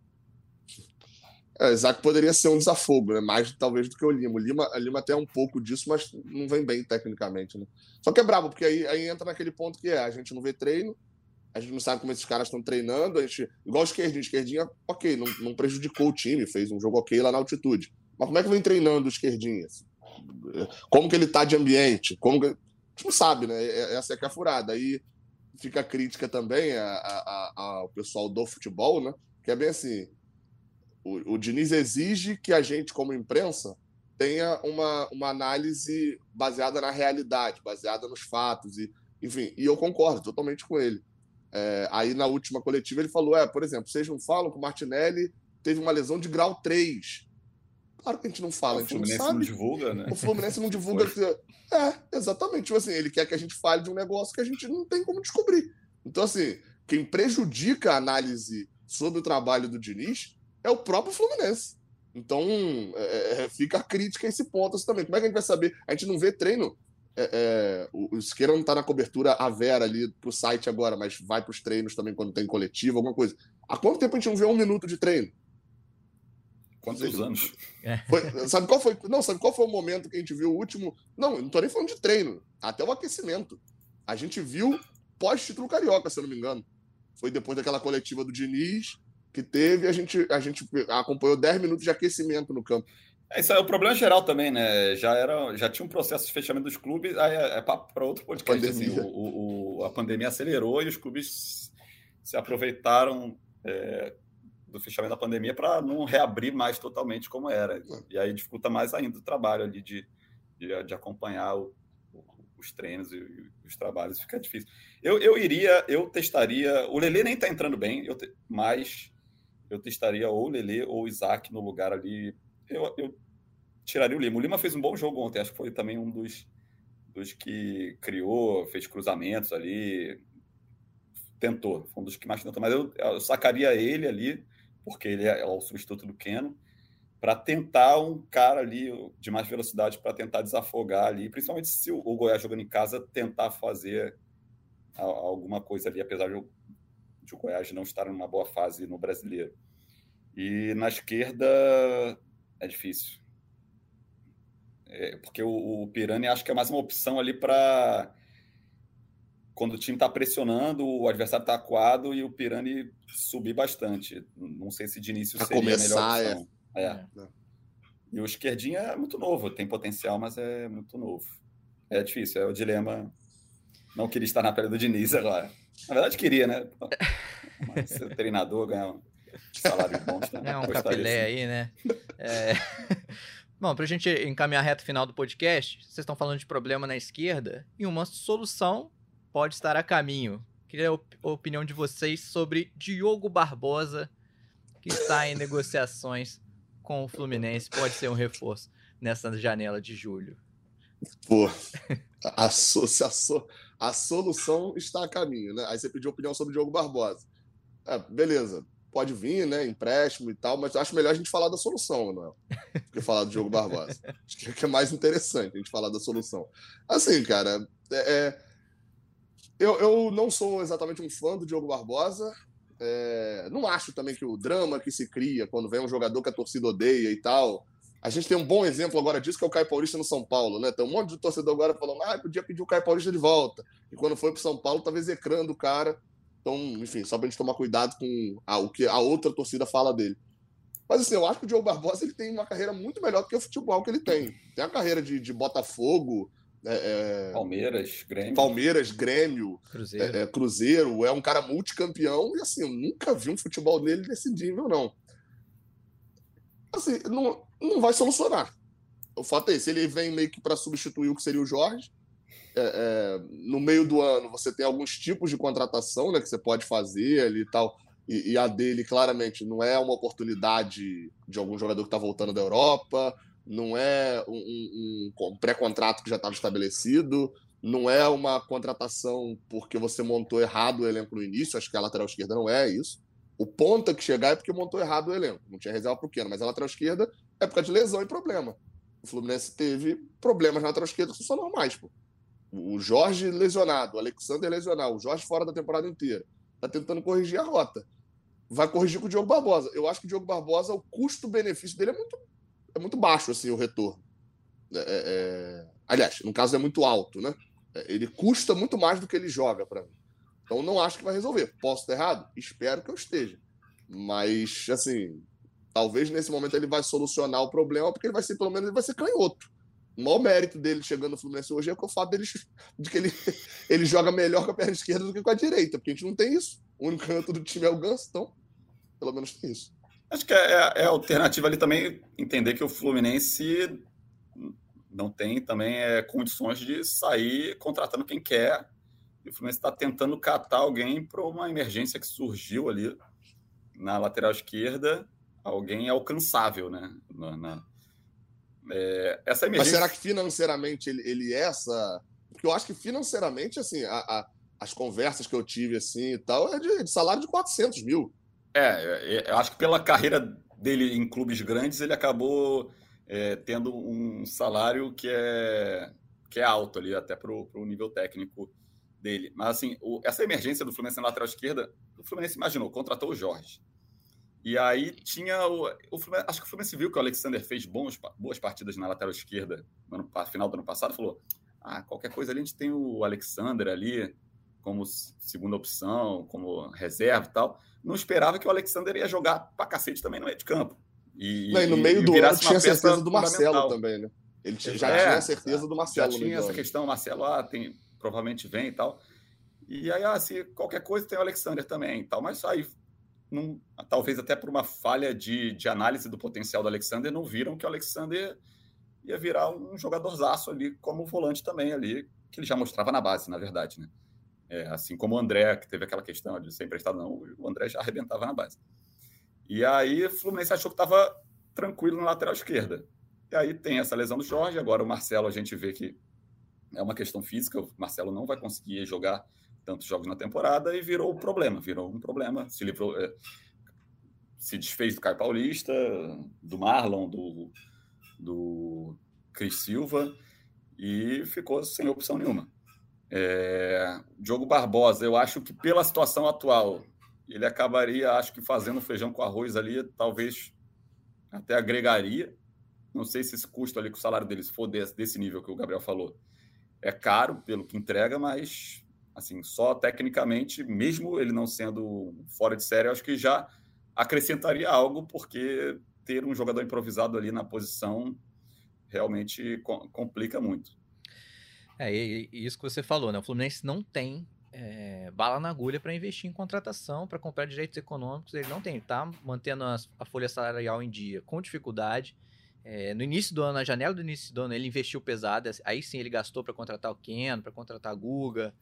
É, Isaac poderia ser um desafogo, né? Mais talvez do que o Lima. O Lima, a Lima até é um pouco disso, mas não vem bem tecnicamente, né? Só que é brabo, porque aí, aí entra naquele ponto que é, a gente não vê treino, a gente não sabe como esses caras estão treinando, a gente, igual o Esquerdinha, Esquerdinha, ok, não, não prejudicou o time, fez um jogo ok lá na altitude. Mas como é que vem treinando o Esquerdinha? Como que ele tá de ambiente? Como que... A gente não sabe, né? Essa é que é a furada. Aí fica a crítica também a, a, a, ao pessoal do futebol, né? Que é bem assim, o, o Diniz exige que a gente, como imprensa, tenha uma, uma análise baseada na realidade, baseada nos fatos, e, enfim, e eu concordo totalmente com ele. É, aí na última coletiva ele falou, é, por exemplo, vocês não falam que o Martinelli teve uma lesão de grau três. Claro que a gente não fala, a gente não sabe. O Fluminense não divulga, né? O Fluminense não divulga. É, exatamente. Tipo assim, ele quer que a gente fale de um negócio que a gente não tem como descobrir. Então, assim, quem prejudica a análise sobre o trabalho do Diniz é o próprio Fluminense. Então, é, fica a crítica a esse ponto assim, também. Como é que a gente vai saber? A gente não vê treino. É, é, o Siqueira não está na cobertura a Vera ali pro site agora, mas vai para os treinos também quando tem coletivo, alguma coisa. Há quanto tempo a gente não vê um minuto de treino? Quantos Sei, anos? Foi, sabe, qual foi, não, sabe qual foi o momento que a gente viu o último... Não, não tô nem falando de treino, até o aquecimento. A gente viu pós-título carioca, se eu não me engano. Foi depois daquela coletiva do Diniz que teve, a gente, a gente acompanhou dez minutos de aquecimento no campo. É, isso é o problema geral também, né? Já, era, já tinha um processo de fechamento dos clubes, aí é, é para outro podcast. Assim, o, o, a pandemia acelerou e os clubes se aproveitaram é, do fechamento da pandemia para não reabrir mais totalmente como era. E aí dificulta mais ainda o trabalho ali de, de, de acompanhar o, o, os treinos e, e os trabalhos, fica difícil. Eu, eu iria, eu testaria, o Lelê nem está entrando bem, eu te, mas eu testaria ou o Lelê ou o Isaac no lugar ali. Eu, eu tiraria o Lima. O Lima fez um bom jogo ontem, acho que foi também um dos, dos que criou, fez cruzamentos ali, tentou, foi um dos que mais tentou, mas eu, eu sacaria ele ali, porque ele é, é o substituto do Keno, para tentar um cara ali de mais velocidade para tentar desafogar ali, principalmente se o, o Goiás jogando em casa tentar fazer a, alguma coisa ali, apesar de, de o Goiás não estar numa boa fase no Brasileiro. E na esquerda é difícil. É, porque o, o Pirani acho que é mais uma opção ali para quando o time está pressionando, o adversário está acuado e o Pirani subir bastante. Não sei se de início pra seria começar, a melhor opção. É. É. É. E o esquerdinho é muito novo, tem potencial, mas é muito novo. É difícil, é o dilema. Não queria estar na pele do Diniz agora. Na verdade, queria, né? Mas ser treinador, ganhar um salário bom. É um capilé aí, né? É... Bom, para a gente encaminhar a reta final do podcast, vocês estão falando de problema na esquerda e uma solução pode estar a caminho. Queria a op- opinião de vocês sobre Diogo Barbosa, que está em negociações com o Fluminense. Pode ser um reforço nessa janela de julho. Pô, a, so, a, so, a solução está a caminho, né? Aí você pediu opinião sobre o Diogo Barbosa. É, beleza, pode vir, né? Empréstimo e tal, mas acho melhor a gente falar da solução, Manuel, do que falar do Diogo Barbosa. Acho que é mais interessante a gente falar da solução. Assim, cara, é, é, eu, eu não sou exatamente um fã do Diogo Barbosa. É, não acho também que o drama que se cria quando vem um jogador que a torcida odeia e tal. A gente tem um bom exemplo agora disso, que é o Caio Paulista no São Paulo, né? Tem um monte de torcedor agora falando, ah, podia pedir o Caio Paulista de volta. E quando foi pro São Paulo, tava execrando o cara. Então, enfim, só pra gente tomar cuidado com a, o que a outra torcida fala dele. Mas assim, eu acho que o Diogo Barbosa ele tem uma carreira muito melhor do que o futebol que ele tem. Tem a carreira de, de Botafogo, é, é... Palmeiras, Grêmio. Palmeiras, Grêmio, Cruzeiro. É, é, Cruzeiro, é um cara multicampeão e assim, eu nunca vi um futebol dele nesse nível, não. Assim, não, não vai solucionar. O fato é esse, ele vem meio que para substituir o que seria o Jorge. É, é, no meio do ano você tem alguns tipos de contratação, né, que você pode fazer ali e tal, e, e a dele claramente não é uma oportunidade de algum jogador que está voltando da Europa, não é um, um, um pré-contrato que já estava estabelecido, não é uma contratação porque você montou errado o elenco no início, acho que a lateral esquerda não é isso. O ponta que chegar é porque montou errado o elenco, não tinha reserva para o Keno, mas a lateral esquerda é por causa de lesão e problema. O Fluminense teve problemas na lateral esquerda que são normais, pô. O Jorge lesionado, o Alexander lesionado, o Jorge fora da temporada inteira. Tá tentando corrigir a rota. Vai corrigir com o Diogo Barbosa. Eu acho que o Diogo Barbosa, o custo-benefício dele é muito, é muito baixo, assim, o retorno. É, é... Aliás, no caso é muito alto, né? Ele custa muito mais do que ele joga para mim. Então não acho que vai resolver. Posso estar errado? Espero que eu esteja. Mas, assim, talvez nesse momento ele vai solucionar o problema, porque ele vai ser, pelo menos, ele vai ser canhoto. O maior mérito dele chegando no Fluminense hoje é o fato dele, de que ele, ele joga melhor com a perna esquerda do que com a direita, porque a gente não tem isso. O único canto do time é o Ganso, então pelo menos tem isso. Acho que é, é a alternativa ali também entender que o Fluminense não tem também é, condições de sair contratando quem quer. E o Fluminense está tentando catar alguém para uma emergência que surgiu ali na lateral esquerda, alguém alcançável, né? Na, na, é, essa emergência... Mas será que financeiramente ele, ele é essa... Porque eu acho que financeiramente, assim, a, a, as conversas que eu tive assim e tal, é de, de salário de quatrocentos mil. É, eu acho que pela carreira dele em clubes grandes, ele acabou é, tendo um salário que é, que é alto ali, até para o nível técnico dele. Mas, assim, o, essa emergência do Fluminense na lateral esquerda, o Fluminense imaginou, contratou o Jorge. E aí tinha o... o Fluminense, acho que o Fluminense viu que o Alexander fez bons, boas partidas na lateral esquerda no final do ano passado, falou, ah, qualquer coisa ali, a gente tem o Alexander ali como segunda opção, como reserva e tal. Não esperava que o Alexander ia jogar pra cacete também no meio de campo. E, Não, e no meio e do ano tinha certeza do fundamental. Marcelo também, né? Ele já é, tinha certeza do Marcelo. Já tinha essa questão, o Marcelo ah, tem, provavelmente vem e tal. E aí, ah, se qualquer coisa, tem o Alexander também e tal. Mas aí não, talvez até por uma falha de, de análise do potencial do Alexander, não viram que o Alexander ia virar um jogadorzaço ali, como volante também ali, que ele já mostrava na base, na verdade, né? É, assim como o André, que teve aquela questão de ser emprestado, não, o André já arrebentava na base. E aí o Fluminense achou que estava tranquilo na lateral esquerda. E aí tem essa lesão do Jorge, agora o Marcelo a gente vê que é uma questão física, o Marcelo não vai conseguir jogar tantos jogos na temporada e virou um problema, virou um problema, se livrou, é, se desfez do Caio Paulista, do Marlon, do, do Cris Silva e ficou sem opção nenhuma. É, Diogo Barbosa, eu acho que pela situação atual, ele acabaria, acho que fazendo feijão com arroz ali, talvez até agregaria. Não sei se esse custo ali com o salário deles for desse, desse nível que o Gabriel falou. É caro pelo que entrega, mas assim, só tecnicamente, mesmo ele não sendo fora de série, eu acho que já acrescentaria algo, porque ter um jogador improvisado ali na posição realmente co- complica muito. É, e, e isso que você falou, né? O Fluminense não tem é, bala na agulha para investir em contratação, para comprar direitos econômicos, ele não tem, ele tá mantendo a, a folha salarial em dia com dificuldade. É, no início do ano, na janela do início do ano, ele investiu pesado, aí sim ele gastou para contratar o Keno, para contratar a Guga,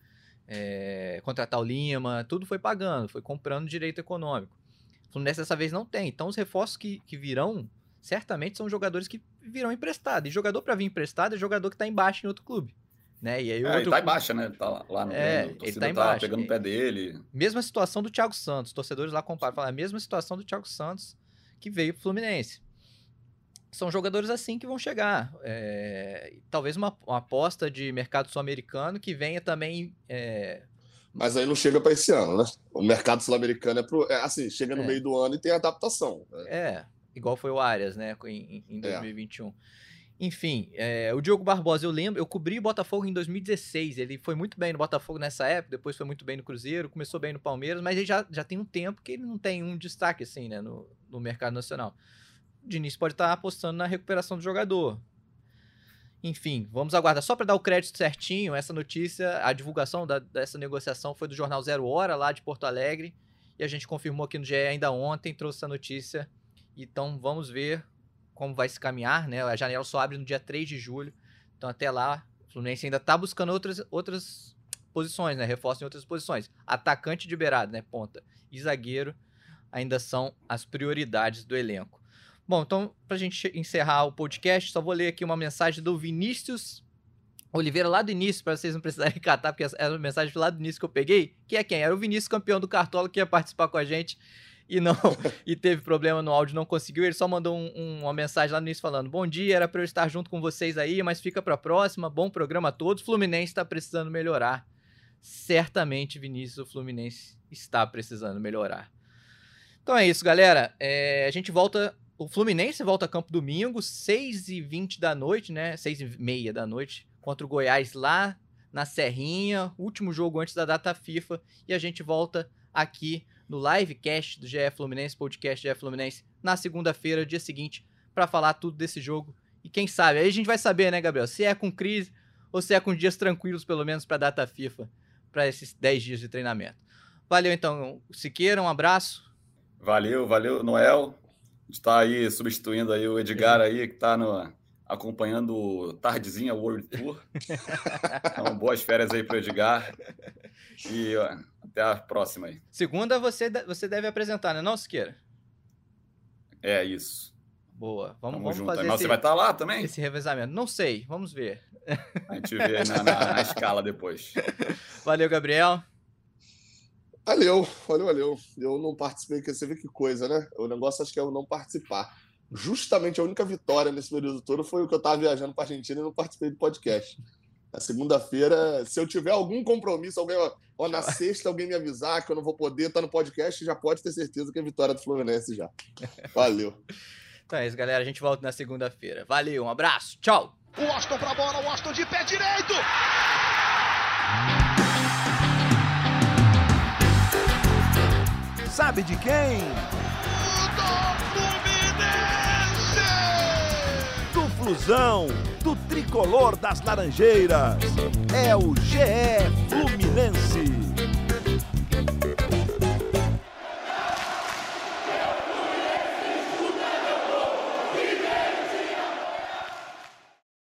é, contratar o Lima, tudo foi pagando, foi comprando direito econômico. O Fluminense dessa vez não tem, então os reforços que, que virão, certamente são jogadores que virão emprestados, e jogador para vir emprestado é jogador que está embaixo em outro clube. Né? E aí, é, outro... ele tá em baixa, né? Ele tá lá, lá no é, Grêmio, ele tá em baixa. Tá pegando o pé dele. Mesma situação do Thiago Santos, torcedores lá comparam, falam a mesma situação do Thiago Santos que veio pro Fluminense. São jogadores assim que vão chegar. É, talvez uma, uma aposta de mercado sul-americano que venha também... É... Mas aí não chega para esse ano, né? O mercado sul-americano é, pro, é assim, chega no é. meio do ano e tem adaptação. Né? É, igual foi o Arias, né? Em, em dois mil e vinte e um. É. Enfim, é, o Diogo Barbosa, eu lembro, eu cobri o Botafogo em dois mil e dezesseis, ele foi muito bem no Botafogo nessa época, depois foi muito bem no Cruzeiro, começou bem no Palmeiras, mas ele já, já tem um tempo que ele não tem um destaque assim, né, no, no mercado nacional. O Diniz pode estar apostando na recuperação do jogador. Enfim, vamos aguardar. Só para dar o crédito certinho, essa notícia, a divulgação da, dessa negociação foi do jornal Zero Hora, lá de Porto Alegre, e a gente confirmou aqui no G E ainda ontem, trouxe essa notícia, então vamos ver como vai se caminhar, né? A janela só abre no dia três de julho, então até lá o Fluminense ainda está buscando outras, outras posições, né? Reforço em outras posições. Atacante de beirada, né? Ponta e zagueiro ainda são as prioridades do elenco. Bom, então, para a gente encerrar o podcast, só vou ler aqui uma mensagem do Vinícius Oliveira, lá do início, para vocês não precisarem catar, porque era uma mensagem lá do início que eu peguei, que é quem? Era o Vinícius, campeão do Cartola, que ia participar com a gente e não e teve problema no áudio, não conseguiu. Ele só mandou um, um, uma mensagem lá no início falando: bom dia, era para eu estar junto com vocês aí, mas fica para a próxima, bom programa a todos. Fluminense está precisando melhorar. Certamente, Vinícius, o Fluminense está precisando melhorar. Então é isso, galera. É, a gente volta... O Fluminense volta a campo domingo, seis e vinte da noite, né? seis e meia da noite, contra o Goiás lá na Serrinha. Último jogo antes da data FIFA. E a gente volta aqui no livecast do G E Fluminense, podcast G E Fluminense, na segunda-feira, dia seguinte, para falar tudo desse jogo. E quem sabe, aí a gente vai saber, né, Gabriel? Se é com crise ou se é com dias tranquilos, pelo menos, para a data FIFA, para esses dez dias de treinamento. Valeu, então, Siqueira, um abraço. Valeu, valeu, Noel. Está aí substituindo aí o Edgar aí, que está no, acompanhando o Tardezinha World Tour. Então, boas férias aí para o Edgar. E ó, até a próxima aí. Segunda você, você deve apresentar, né, não, Siqueira? É, isso. Boa. Vamos, Tamo vamos junto. fazer Mas esse, você vai estar lá também? esse revezamento. Não sei, vamos ver. A gente vê na, na, na escala depois. Valeu, Gabriel. Valeu, valeu, valeu. Eu não participei, você vê que coisa, né? O negócio acho que é eu não participar. Justamente a única vitória nesse período todo foi o que eu estava viajando para a Argentina e não participei do podcast. Na segunda-feira, se eu tiver algum compromisso, alguém, ó, na sexta alguém me avisar que eu não vou poder estar no podcast, já pode ter certeza que é vitória do Fluminense já. Valeu. Então é isso, galera. A gente volta na segunda-feira. Valeu, um abraço. Tchau. O Washington pra bola, o Washington de pé direito. Sabe de quem? Do Fluminense! Do Flusão, do tricolor das Laranjeiras. É o G E Fluminense.